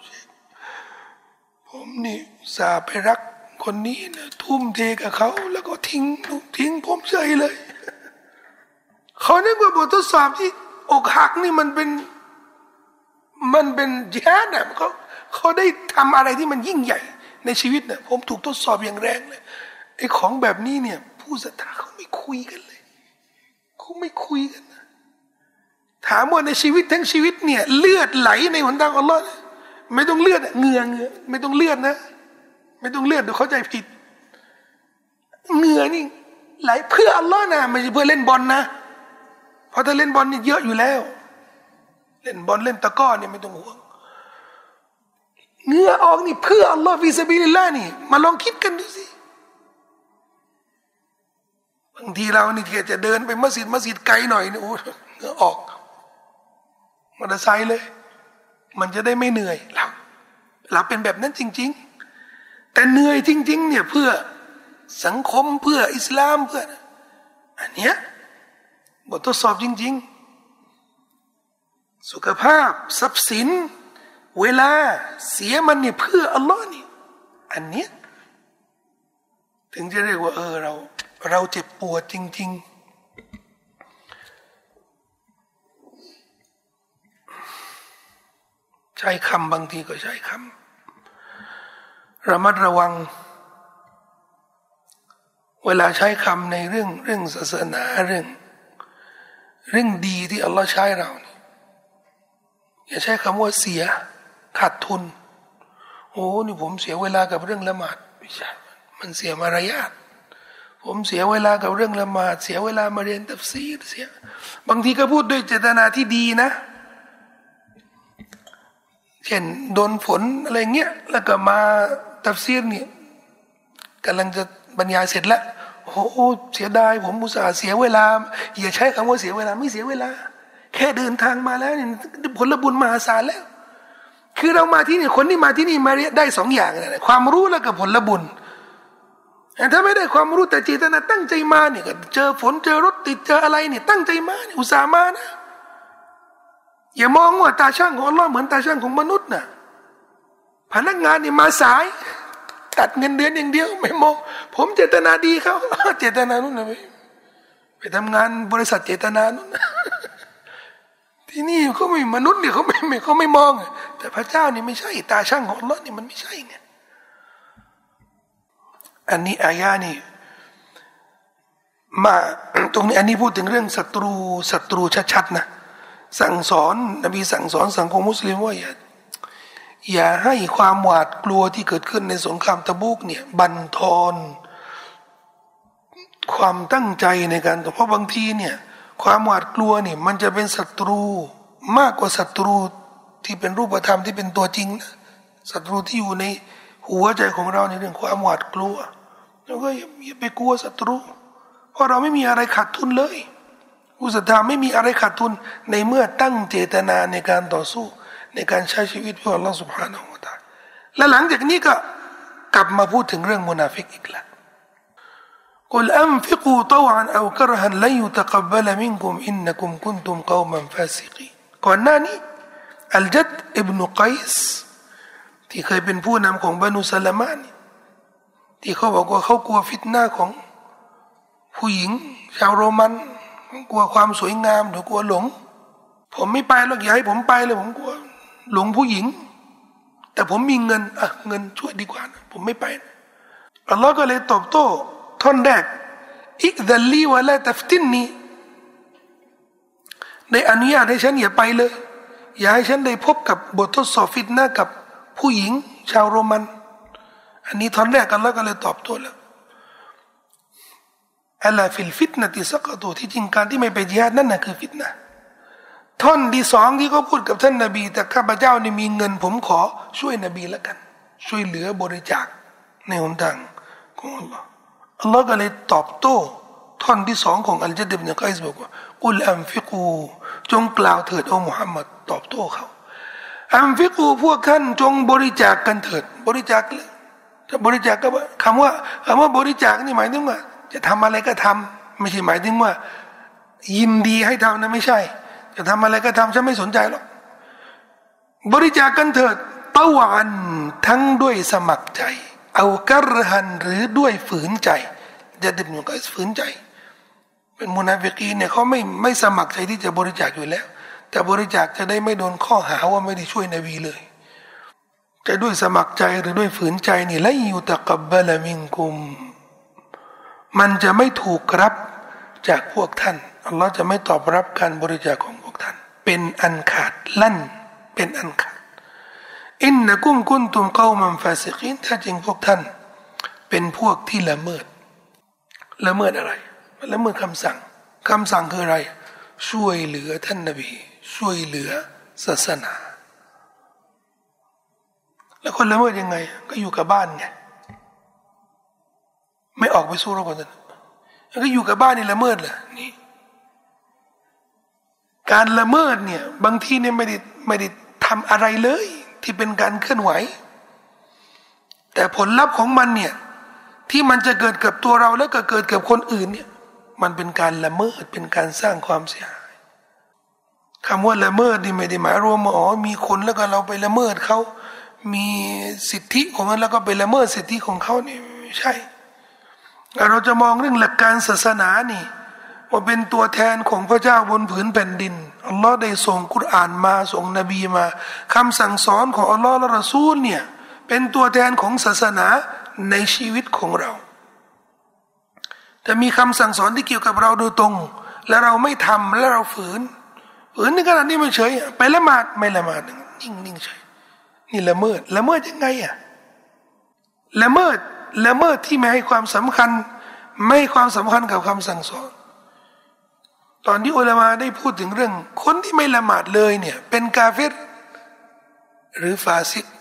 ผมนี่สาไปรักคนนี้นะทุ่มเทกับเขาแล้วก็ทิ้งทิ้งผมเฉยเลยเขานึกว่าบททดสอบที่อกหักนี่มันเป็นมันเป็นจิฮาดนะเขาเขาได้ทำอะไรที่มันยิ่งใหญ่ในชีวิตนะผมถูกทดสอบอย่างแรงเลยไอ้ของแบบนี้เนี่ยผู้ศรัทธาเขาไม่คุยกันเลยเขาไม่คุยกันนะถามว่าในชีวิตทั้งชีวิตเนี่ยเลือดไหลในหนทางอัลลอฮ์ไม่ต้องเลือดเหงื่อเหงื่อไม่ต้องเลือดนะไม่ต้องเลือดเดี๋ยวเข้าใจผิดเหงื่อนี่ไหลเพื่ออัลลอฮ์นะไม่ใช่เพื่อเล่นบอลนะเพราะถ้าเล่นบอลนี่เยอะอยู่แล้วเล่นบอลเล่นตะก้อเนี่ยไม่ต้องห่วงเหงื่อออกนี่เพื่ออัลลอฮ์ฟิซาบิลิลลาห์นี่มาลองคิดกันดูสิบางทีเรานี่จะเดินไปมัสยิดมัสยิดไกลหน่อยนี่โอ้เหงื่อออกมอเตอร์ไซค์เลยมันจะได้ไม่เหนื่อยเราเราเป็นแบบนั้นจริงๆแต่เหนื่อยจริงๆเนี่ยเพื่อสังคมเพื่ออิสลามเพื่ออันเนี้ยบททดสอบจริงๆสุขภาพทรัพย์สินเวลาเสียมันเนี่ยเพื่ออัลลอฮ์นี่อันเนี้ยถึงจะเรียกว่าเออเราเราเจ็บปวดจริงๆใช้คำบางทีก็ใช้คำระมัดระวังเวลาใช้คำในเรื่องเรื่องศาสนาเรื่องเรื่องดีที่อัลลอฮ์ใช้เราเนี่ยอย่าใช้คำว่าเสียขาดทุนโอ้นี่ผมเสียเวลากับเรื่องละหมาดไม่ใช่มันเสียมารยาทผมเสียเวลากับเรื่องละหมาดเสียเวลามาเรียนตัฟซีรเสียบางทีก็พูดด้วยเจตนาที่ดีนะเช่นโดนฝนอะไรเงี้ยแล้วก็มาตัฟซีรเนี่ยกำลังจะบรรยายเสร็จแล้วโอ้โหเสียดายผมอุตส่าห์เสียเวลาอย่าใช้คำว่าเสียเวลาไม่เสียเวลาแค่เดินทางมาแล้วเนี่ยผลบุญมหาศาลแล้วคือคือเรามาที่นี่คนที่มาที่นี่มาได้สองอย่างนะความรู้แล้วก็ผลบุญแต่ถ้าไม่ได้ความรู้แต่เจตนาตั้งใจมาเนี่ยก็เจอฝนเจอรถติดเจออะไรเนี่ยตั้งใจมาเนี่ยอุตส่าห์มานะอย่ามองว่าตาช่างของอัลลอฮ์เหมือนตาช่างของมนุษย์นะพนักงานนี่มาสายตัดเงินเดือนอย่างเดียวไม่มองผมเจตนาดีเขาเจตนานู่นนะไปทำงานบริษัทเจตนานู่นที่นี่เขาไม่มนุษย์เนี่ยเขาไม่เขาไม่มองแต่พระเจ้านี่ไม่ใช่ตาช่างของอัลลอฮ์นี่มันไม่ใช่ไงอันนี้อายะนี่มาตรงนี้อันนี้พูดถึงเรื่องศัตรูศัตรูชัดๆนะสั่งสอนนบีสั่งสอนสังคมมุสลิมว่าอย่าอย่าให้ความหวาดกลัวที่เกิดขึ้นในสงครามตะบูกเนี่ยบั่นทอนความตั้งใจในการเพราะบางทีเนี่ยความหวาดกลัวเนี่ยมันจะเป็นศัตรูมากกว่าศัตรูที่เป็นรูปธรรมที่เป็นตัวจริงนะศัตรูที่อยู่ในหัวใจของเราในเรื่องความหวาดกลัวแล้วก็อย่าไปกลัวศัตรูเพราะเราไม่มีอะไรขาดทุนเลยผู้ศรัทธาไม่มีอะไรขาดทุนในเมื่อตั้งเจตนาในการต่อสู้ในการใช้ชีวิตเพื่ออัลลอฮฺ سبحانه และ تعالى และหลังจากนี้ก็กลับมาพูดถึงเรื่องมุนาฟิกอีกแล้วกุลอันฟิกูตวอันเอากระหันลัยยุตะกับละมินกุมอินนักุมกุนตุมกอมันฟาซิกีก่อนหน้านี้อัลจัดอิบนุกัยส์ที่เคยเป็นผู้นำของบานุสลามะนี่ที่เขาบอกว่าเขากลัวฟิตนาของผู้หญิงชาวโรมันกลัวความสวยงามหรือกลัวหลงผมไม่ไปหรอกอย่าให้ผมไปเลยผมกลัวหลงผู้หญิงแต่ผมมีเงินอ่ะเงินช่วยดีกว่านะผมไม่ไปอัลลอฮ์ก็เลยตอบโต้ท่อนแรกอิกดัลลีวะลาตัฟตินนีได้อนุญาตให้ฉันอย่าไปเลยอย่าให้ฉันได้พบกับบททดสอบฟิตนะกับผู้หญิงชาวโรมันอันนี้ท่อนแรกอัลลอฮ์ก็เลยตอบโต้แล้วอัลลาฟิลฟิตนะติสักตัวที่จริงการที่ไม่ไปญิฮาดนั่นน่ะคือฟิตนะท่อนที่สองที่เขาพูดกับท่านนบีแต่ข้าพเจ้านี่มีเงินผมขอช่วยนบีแล้วกันช่วยเหลือบริจาคในหนทางของอัลลอฮ์อัลลอฮ์ก็เลยตอบโต้ท่อนที่สองของอัลจัดบินกัยส์บอกว่ากุลอัมฟิกูจงกล่าวเถิดโอ้มุฮัมมัดตอบโต้เขาอัมฟิกูพวกท่านจงบริจาคกันเถิดบริจาคเลยจะบริจาคก็คำว่าคำว่าบริจาคนี่หมายถึงว่าจะทำอะไรก็ทำไม่ใช่หมายถึงว่ายินดีให้ทำนะไม่ใช่จะทำอะไรก็ทำฉันไม่สนใจหรอกบริจาคกันเถิดตะวันทั้งด้วยสมัครใจเอากระหันหรือด้วยฝืนใจจะดิบหนูก็ฝืนใจเป็นมุนาฟิกีเนี่ยเขาไม่ไม่สมัครใจที่จะบริจาคอยู่แล้วแต่บริจาคจะได้ไม่โดนข้อหาว่าไม่ได้ช่วยนบีเลยจะด้วยสมัครใจหรือด้วยฝืนใจนี่ละยูตะกับบะละมินกุมมันจะไม่ถูกรับจากพวกท่านอัลลอฮ์จะไม่ตอบรับการบริจาคของพวกท่านเป็นอันขาดลั่นเป็นอันขาดอินนะกุมกุนตุมกอมันฟาซิกีนถ้าจริงพวกท่านเป็นพวกที่ละเมิดละเมิดอะไรละเมิดคำสั่งคำสั่งคืออะไรช่วยเหลือท่านนบีช่วยเหลือศาสนาแล้วคนละเมิดยังไงก็อยู่กับบ้านไงไม่ออกไปสู้รบกันแล้วก็อยู่กับบ้านนี่ละเมิดเหรอนี่การละเมิดเนี่ยบางทีเนี่ยไม่ได้ไม่ได้ทำอะไรเลยที่เป็นการเคลื่อนไหวแต่ผลลัพธ์ของมันเนี่ยที่มันจะเกิดกับตัวเราแล้วก็เกิดกับคนอื่นเนี่ยมันเป็นการละเมิดเป็นการสร้างความเสียหายคำว่าละเมิดนี่ไม่ได้หมายรวมว่าอ๋อมีคนแล้วก็เราไปละเมิดเขามีสิทธิของมันแล้วก็ไปละเมิดสิทธิของเขานี่ไม่ใช่เราจะมองเรื่องหลักการศาสนานี่ว่าเป็นตัวแทนของพระเจ้าบนผืนแผ่นดินอัลลอฮ์ได้ส่งกุรอานมาส่งนบีมาคำสั่งสอนของอัลลอฮ์และรอซูลเนี่ยเป็นตัวแทนของศาสนาในชีวิตของเราแต่มีคำสั่งสอนที่เกี่ยวกับเราโดยตรงและเราไม่ทำและเราฝืนฝืนในขณะนี้มันเฉยไปละหมาดไม่ละหมาดนิ่งนิ่งเฉยนี่ละเมิดละเมิดยังไงอะละเมิดละเมิดที่ไม่ให้ความสำคัญไม่ให้ความสำคัญกับคำสั่งสอนตอนที่อุลามะได้พูดถึงเรื่องคนที่ไม่ละหมาดเลยเนี่ยเป็นกาเฟรหรือฟาซิก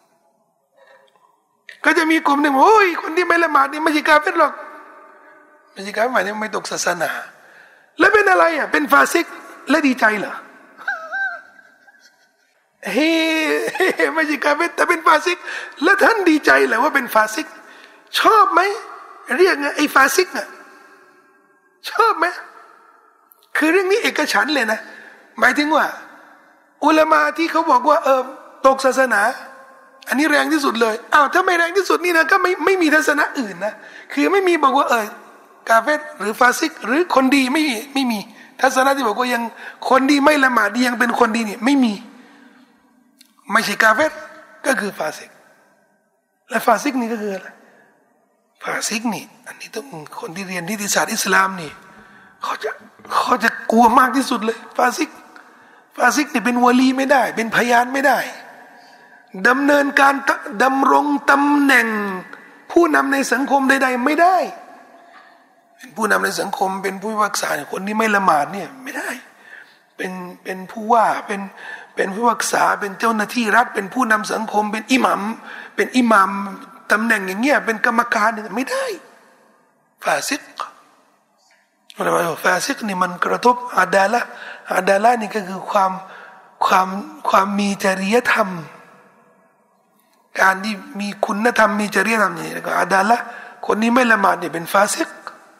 ก็จะมีกลุ่มหนึ่งโอ้ยคนที่ไม่ละหมาดนี่ไม่ใช่กาเฟรหรอกไม่ใช่กาเฟรหมายถึงไม่ตกศาสนาแล้วเป็นอะไรอ่ะเป็นฟาซิกและดีใจเหรอเฮ้ไม่ใช่กาเฟรแต่เป็นฟาซิกแล้วท่านดีใจเหรอว่าเป็นฟาซิกชอบไหมเรียกไงไอ้ฟาซิกน่ะชอบไหมคือเรื่องนี้เอกฉันท์เลยนะหมายถึงว่าอุลามะที่เขาบอกว่าเออตกศาสนาอันนี้แรงที่สุดเลยอ้าวถ้าไม่แรงที่สุดนี่นะก็ไม่ไม่มีทัศนะอื่นนะคือไม่มีบอกว่าเออกาเฟรหรือฟาซิกหรือคนดีไม่มีไม่มีทัศนะที่บอกว่ายังคนดีไม่ละหมาดดียังเป็นคนดีเนี่ยไม่มีไม่ใช่กาเฟรก็คือฟาซิกและฟาซิกนี่ก็คืออะไรฟาซิกนี่อันนี้ต้องคนที่เรียนนิติศาสตร์อิสลามนี่เขาจะเขาจะกลัวมากที่สุดเลยฟาซิกฟาซิกนี่เป็นวะลีไม่ได้เป็นพยานไม่ได้ดำเนินการดำรงตำแหน่งผู้นำในสังคมใดๆไม่ได้เป็นผู้นำในสังคมเป็นผู้พิพากษาคนที่ไม่ละหมาดเนี่ยไม่ได้เป็นเป็นผู้ว่าเป็นเป็นผู้พิพากษาเป็นเจ้าหน้าที่รัฐเป็นผู้นำสังคมเป็นอิหมัมเป็นอิหมัมตำแหน่งอย่างเงี้ยเป็นกรรมการเนี่ยไม่ได้ฟาซิกอะไรมาฟาซิกนี่มันกระทบอาดาละอาดาละนี่ก็คือความความความมีจริยธรรมการที่มีคุณธรรมมีจริยธรรมนี่ก็อาดาละคนนี้ไม่ละหมาดเนี่ยเป็นฟาซิก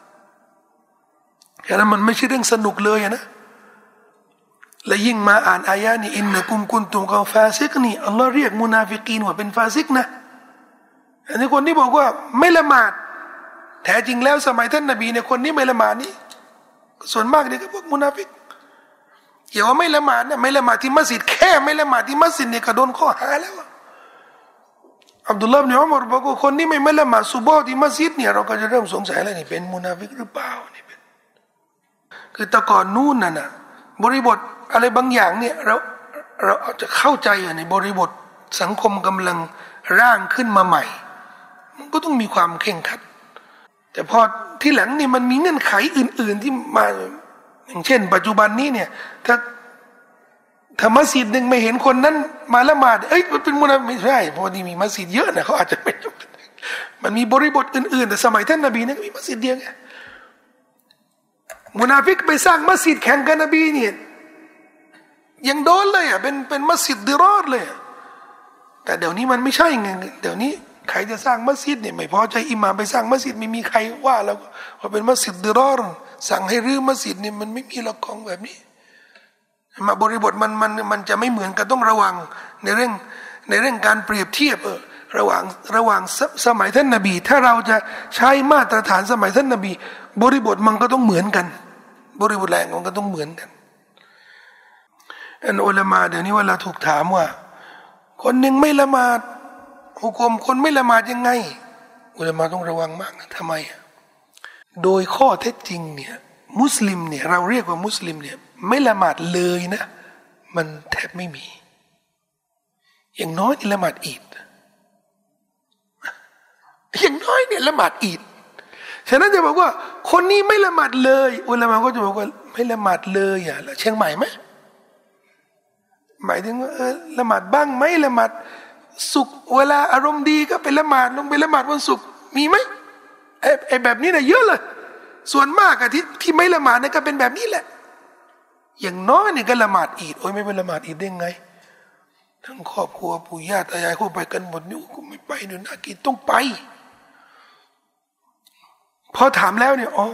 แค่นั้นมันไม่ใช่เรื่องสนุกเลยนะและยิ่งมาอ่านอายะนี้อินนะกุมกุนตุมกอฟาซิกนี่อัลลอฮ์เรียกมุนาฟิกีนว่าเป็นฟาซิกนะอันนี้คนที่บอกว่าไม่ละหมาดแท้จริงแล้วสมัยท่านนบีเนี่ยคนนี้ไม่ละหมาดนี่ส่วนมากเนี่ยก็พวกมุนาฟิกเกี่ยวว่าไม่ละหมาดเนี่ยไม่ละหมาดที่มัสยิดแค่ไม่ละหมาดที่มัสยิดเนี่ยก็โดนข้อหาแล้วอับดุลลาห์บินอุมัรบอกว่าคนที่ไม่ไม่ละหมาดซุบฮ์ที่มัสยิดเนี่ยเราก็จะเริ่มสงสัยแล้วนี่เป็นมุนาฟิกหรือเปล่านี่เป็นคือแต่ก่อนนู่นน่ะนะบริบทอะไรบางอย่างเนี่ยเราเราอาจจะเข้าใจในบริบทสังคมกำลังร่างขึ้นมาใหม่มันก็ต้องมีความเข่งขัดแต่พอที่หลังนี่มันมีเงื่อนไขอื่นๆที่มาอย่างเช่นปัจจุบันนี้เนี่ยถ้าถ้ามัสยิดหนึ่งไม่เห็นคนนั้นมาละหมาดเอ้ยมันเป็นมุนาฟิกไม่ใช่เพราะนี่มีมัสยิดเยอะนะเขาอาจจะไม่มันมีบริบทอื่นๆแต่สมัยท่านนบีเนี่ยมีมัสยิดเดียวไงมุนาฟิกไปสร้างมัสยิดแข่งกับนบีเนี่ยยังโดนเลยอ่ะเป็นเป็นมัสยิดดิรอดเลยแต่เดี๋ยวนี้มันไม่ใช่ไงเดี๋ยวนี้ใครจะสร้างมัสยิดเนี่ยไม่พอใจอิหม่ามไปสร้างมัสยิดไม่มีใครว่าแล้วว่าเป็นมัสยิดดิรอดสั่งให้รื้อมัสยิดเนี่ยมันไม่มีหลักของแบบนี้มาบริบทมันมันมันจะไม่เหมือนกันต้องระวังในเรื่องในเรื่องการเปรียบเทียบเออระหว่างระหว่างสสมัยท่านนบีถ้าเราจะใช้มาตรฐานสมัยท่านนบีบริบทมันก็ต้องเหมือนกันบริบทแรงมันก็ต้องเหมือนกันอันอุลามะเดี๋ยวนี้เวลาถูกถามว่าคนหนึ่งไม่ละหมาดฮุกมคนไม่ละหมาดยังไงอุลามะต้องระวังมากนะทำไมโดยข้อเท็จจริงเนี่ยมุสลิมเนี่ยเราเรียกว่ามุสลิมเนี่ยไม่ละหมาดเลยนะมันแทบไม่มีอย่างน้อยนี่ละหมาดอีดอย่างน้อยเนี่ยละหมาดอีดฉะนั้นจะบอกว่าคนนี้ไม่ละหมาดเลยอุลามะก็จะบอกว่าไม่ละหมาดเลยอ่ะแล้วเชียงใหม่ไหมหมายถึงว่าเออละหมาดบ้างไหมละหมาดสุขเวลาอารมณ์ดีก็ไปละหมาดลงไปละหมาดวันศุกร์มีไหมไอ้ไอ้แบบนี้เนี่ยเยอะเลยส่วนมากอะที่ที่ไม่ละหมาดเนี่ยก็เป็นแบบนี้แหละอย่างน้อยเนี่ยก็ละหมาดอีดโอ้ยไม่เป็นละหมาดอีดได้ไงทั้งครอบครัวปู่ย่าตายายเขาไปกันหมดนี่กูไม่ไปเนี่ยน่ากินต้องไปพอถามแล้วเนี่ยอ๋อ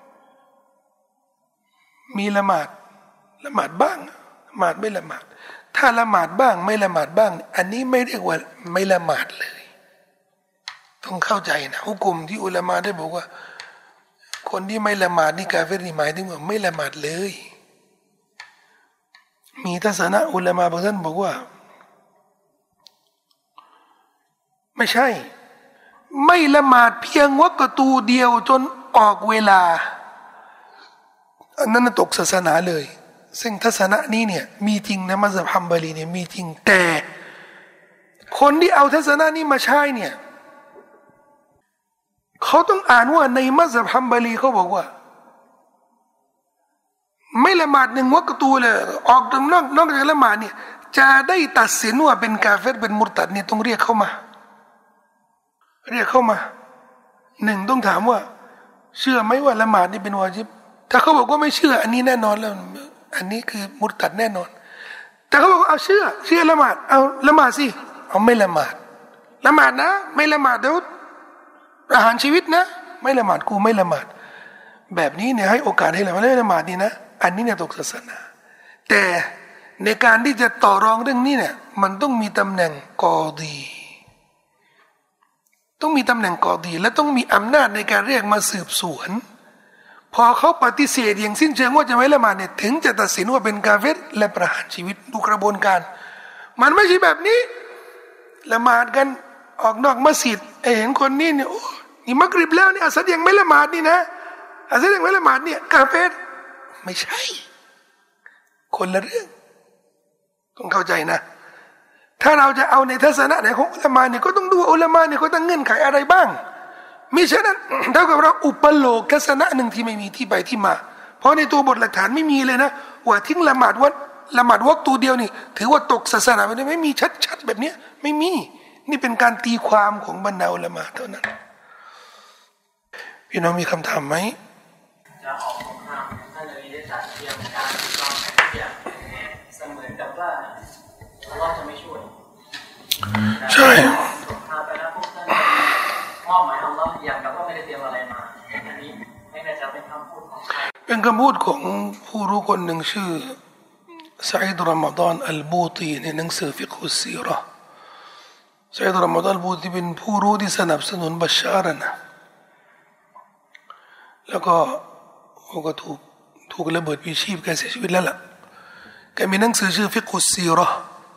มีละหมาดละหมาดบ้างละหมาดไม่ละหมาดถ้าละหมาดบ้างไม่ละหมาดบ้างอันนี้ไม่เรียกว่าไม่ละหมาดเลยต้องเข้าใจนะฮุกมที่อุลามะได้บอกว่าคนที่ไม่ละหมาดนี่กาเฟรนี่หมายถึงว่าไม่ละหมาดเลยมีทัศนะอุลามะบางท่านบอกว่าไม่ใช่ไม่ละหมาดเพียงวักตูเดียวจนออกเวลาอันนั้นตกศาสนาเลยซึ่งทัศนะนี้เนี่ยมีจริงนะมัซฮับฮัมบารีเนี่ยมีจริงแต่คนที่เอาทัศนะนี้มาใช้เนี่ยเขาต้องอ่านว่าในมัซฮับฮัมบารีเขาบอกว่าไม่ละหมาดหนึ่งวักตูเลยออกนอกนอกจากละหมาดเนี่ยจะได้ตัดสินว่าเป็นกาเฟรเป็นมุรตัดเนี่ยต้องเรียกเข้ามาเรียกเข้ามาหนึ่งต้องถามว่าเชื่อไหมว่าละหมาดนี่เป็นวาญิบถ้าเขาบอกว่าไม่เชื่ออันนี้แน่นอนแล้วอันนี้คือมุรตัดแน่นอนแต่เขาบอกว่าเอาเชื่อเชื่อละหมาดเอาละหมาดสิเอาไม่ละหมาดละหมาดนะไม่ละหมาดเดี๋ยวประหารชีวิตนะไม่ละหมาดกูไม่ละหมาดแบบนี้เนี่ยให้โอกาสให้ละหมาดไม่ละหมาดนี่นะอันนี้เนี่ยตกศาสนาแต่ในการที่จะต่อรองเรื่องนี้เนี่ยมันต้องมีตำแหน่งกอดีต้องมีตำแหน่งกอดีและต้องมีอำนาจในการเรียกมาสืบสวนพอเขาปฏิเสธอย่างสิ้นเชิงว่าจะไม่ละหมาดเนี่ยถึงจะตัดสินว่าเป็นกาเฟรและประหารชีวิตดูกระบวนการมันไม่ใช่แบบนี้ละหมาดกันออกนอกมัสยิดไอเห็นคนนี้เนี่ยโอ้นี่มักริบแล้วเนี่ยอาซัดยังไม่ละหมาดนี่นะอาซัดยังไม่ละหมาดเนี่ยกาเฟรไม่ใช่คนละเรื่องต้องเข้าใจนะถ้าเราจะเอาในทัศนะไหนของอุลามะเนี่ยก็ต้องดูอุลามะเนี่ยเขาตั้งเงื่อนไขอะไรบ้างมิฉะนั้นเท่ากับเราอุปโลกทัศนะหนึ่งที่ไม่มีที่ไปที่มาเพราะในตัวบทหลักฐานไม่มีเลยนะว่าทิ้งละหมาดวัดละหมาดวัดตัวเดียวนี่ถือว่าตกศาสนาไม่ได้ไม่มีชัดๆแบบนี้ไม่มีนี่เป็นการตีความของบรรดาอุลามะเท่านั้นพี่น้องมีคำถามไหมจะออกสงครามท่านนบีได้ตรัสเตรียมการวางแผนทุกอย่างเสมือนกับว่าอัลเลาะห์จะไม่ช่วยใช่สงครามไปแล้วพวกท่านมอบหมายอัลเลาะห์อย่างกับว่าไม่ได้เตรียมอะไรมาอันนี้ไม่แน่ใจเป็นคำพูดของใครเป็นคำพูดของผู้รู้คนหนึ่งชื่อซะอีดรอมฎอนอัลบูตีในหนังสือฟิกฮุสซีเราะห์ซะอีดรอมฎอนอัลบูตีเป็นผู้รู้ที่สนับสนุนบัชชาร์นะแล้วก็เขาก็ถูกถูกระเบิดพิชีพแกเสียชีวิตแล้วล่ะแกมีหนังสือชื่อฟิกฮุสซีเราะห์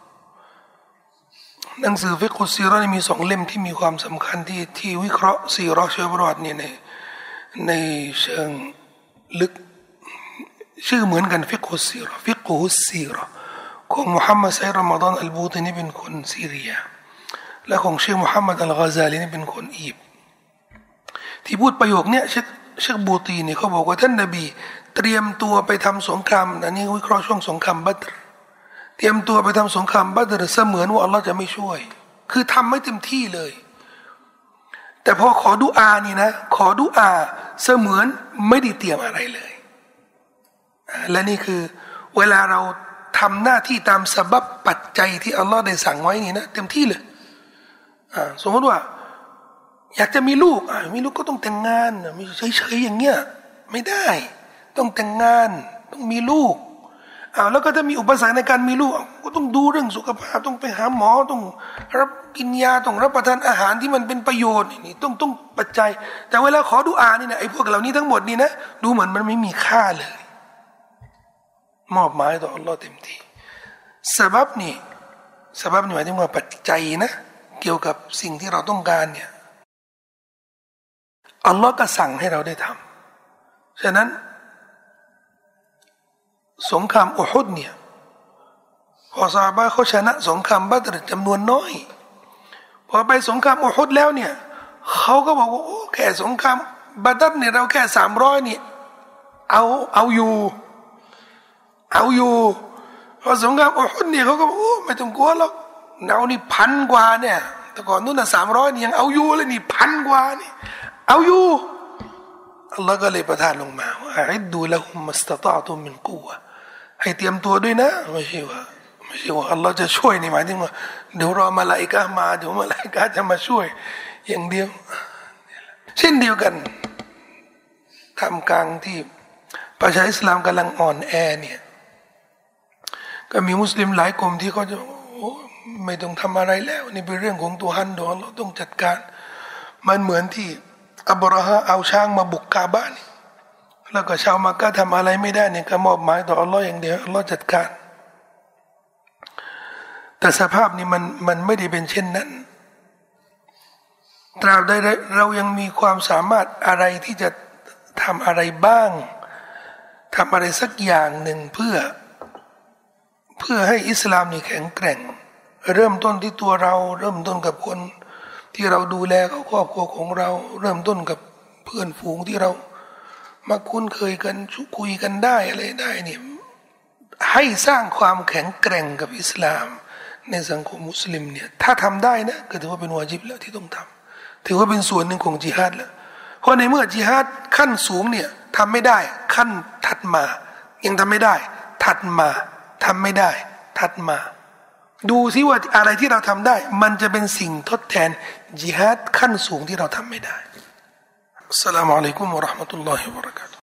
หนังสือฟิกฮุสซีเราะห์มีสองเล่มที่มีความสำคัญที่ที่วิเคราะห์ซีเราะห์ชีวประวัติเนี่ยในในเชิงลึกชื่อเหมือนกันฟิกฮุสซีเราะห์ฟิกฮุสซีเราะห์ของมุฮัมมัดซะอีดรอมฎอนอัลบูตีนี่เป็นคนซีเรียและของเชคมุฮัมมัดอัลกอซาลีนี่เป็นคนอียิปต์ที่พูดประโยคเนี้ยเชคเชคบูตีนี่เขาบอกว่าท่านนบีเตรียมตัวไปทำสงครามอันนี้วิเคราะห์ช่วงสงครามบัตรเตรียมตัวไปทำสงครามบัตรเสมือนว่าอัลลอฮ์จะไม่ช่วยคือทำไม่เต็มที่เลยแต่พอขอดุอานี่นะขอดุอาเสมือนไม่ได้เตรียมอะไรเลยและนี่คือเวลาเราทำหน้าที่ตามสบับปัจจัยที่อัลลอฮ์ได้สั่งไว้นี่นะเต็มที่เลยสมมติว่าอยากจะมีลูกมีลูกก็ต้องแต่งงานไม่เฉยๆอย่างเงี้ยไม่ได้ต้องแต่งงานต้องมีลูกอ้าวแล้วก็ถ้ามีอุปสรรคในการมีลูกก็ต้องดูเรื่องสุขภาพต้องไปหาหมอต้องรับกินยาต้องรับประทานอาหารที่มันเป็นประโยชน์นี่ต้องต้องปัจจัยแต่เวลาขอดุอานี่นะไอ้พวกเหล่านี้ทั้งหมดนี่นะดูเหมือนมันไม่มีค่าเลยมอบหมายต่ออัลลอฮ์เต็มที่สบับนี่สบับนี่หมายถึงว่าปัจจัยนะเกี่ยวกับสิ่งที่เราต้องการเนี่ยอัลลอฮ์ก็สั่งให้เราได้ทำฉะนั้นสงครามอุฮุดเนี่ยพอซอฮาบะห์เขาชนะสงครามบัตรจำนวนน้อยพอไปสงครามอุฮุดแล้วเนี่ยเขาก็บอกว่าโอ้แค่สงครามบัตรเนี่ยเราแค่สามร้อยนี่เอาเอาอยู่เอาอยู่พอสงครามอุฮุดเนี่ยเขาก็บอกโอ้ไม่ต้องกลัวหรอกเรานี่พันกว่าเนี่ยแต่ก่อนนู้นน่ะสามร้อยนี่ยังเอาอยู่เลยนี่พันกว่านี่เอาอยู่อัลลอฮ์ก็เลยประทานลงมาว่าอิดดูละฮุมมัสตะตอตุมินกุวะให้เตรียมตัวด้วยนะไม่ใช่ว่าไม่ใช่ว่าอัลลอฮ์จะช่วยนี่หมายถึงว่าเดี๋ยวรอมาลาอิกะห์มาเดี๋ยวมาลาอิกะห์จะมาช่วยอย่างเดียวเช่นเดียวกันทำกลางที่ประชาอิสลามกำลังอ่อนแอเนี่ยก็มีมุสลิมหลายกลุ่มที่เขาจะโอ้ไม่ต้องทำอะไรแล้วนี่เป็นเรื่องของตัวฮันดอนเราต้องจัดการมันเหมือนที่อับราฮะเอาช้างมาบุกกาบะนี่แล้วก็ชาวมักกะทำอะไรไม่ได้เนี่ยก็มอบหมายต่ออัลลอฮ์อย่างเดียวอัลลอฮ์จัดการแต่สภาพนี้มันมันไม่ได้เป็นเช่นนั้นตราบใดเรายังมีความสามารถอะไรที่จะทำอะไรบ้างทำอะไรสักอย่างหนึ่งเพื่อเพื่อให้อิสลามนี่แข็งแกร่งเริ่มต้นที่ตัวเราเริ่มต้นกับคนที่เราดูแลเขาครอบครัวของเราเริ่มต้นกับเพื่อนฝูงที่เรามาคุ้นเคยกันคุยกันได้อะไรได้เนี่ยให้สร้างความแข็งแกร่งกับอิสลามในสังคมมุสลิมเนี่ยถ้าทำได้นะก็ถือว่าเป็นวาญิบแล้วที่ต้องทำถือว่าเป็นส่วนหนึ่งของจิฮาดแล้วเพราะในเมื่อจิฮาดขั้นสูงเนี่ยทำไม่ได้ขั้นถัดมายังทำไม่ได้ถัดมาทำไม่ได้ถัดมาดูซิว่าอะไรที่เราทำได้ มันจะเป็นสิ่งทดแทนญิฮาดขั้นสูงที่เราทำไม่ได้อัสสลามุอะลัยกุมวะเราะห์มะตุลลอฮิวะบะเราะกาตุฮ์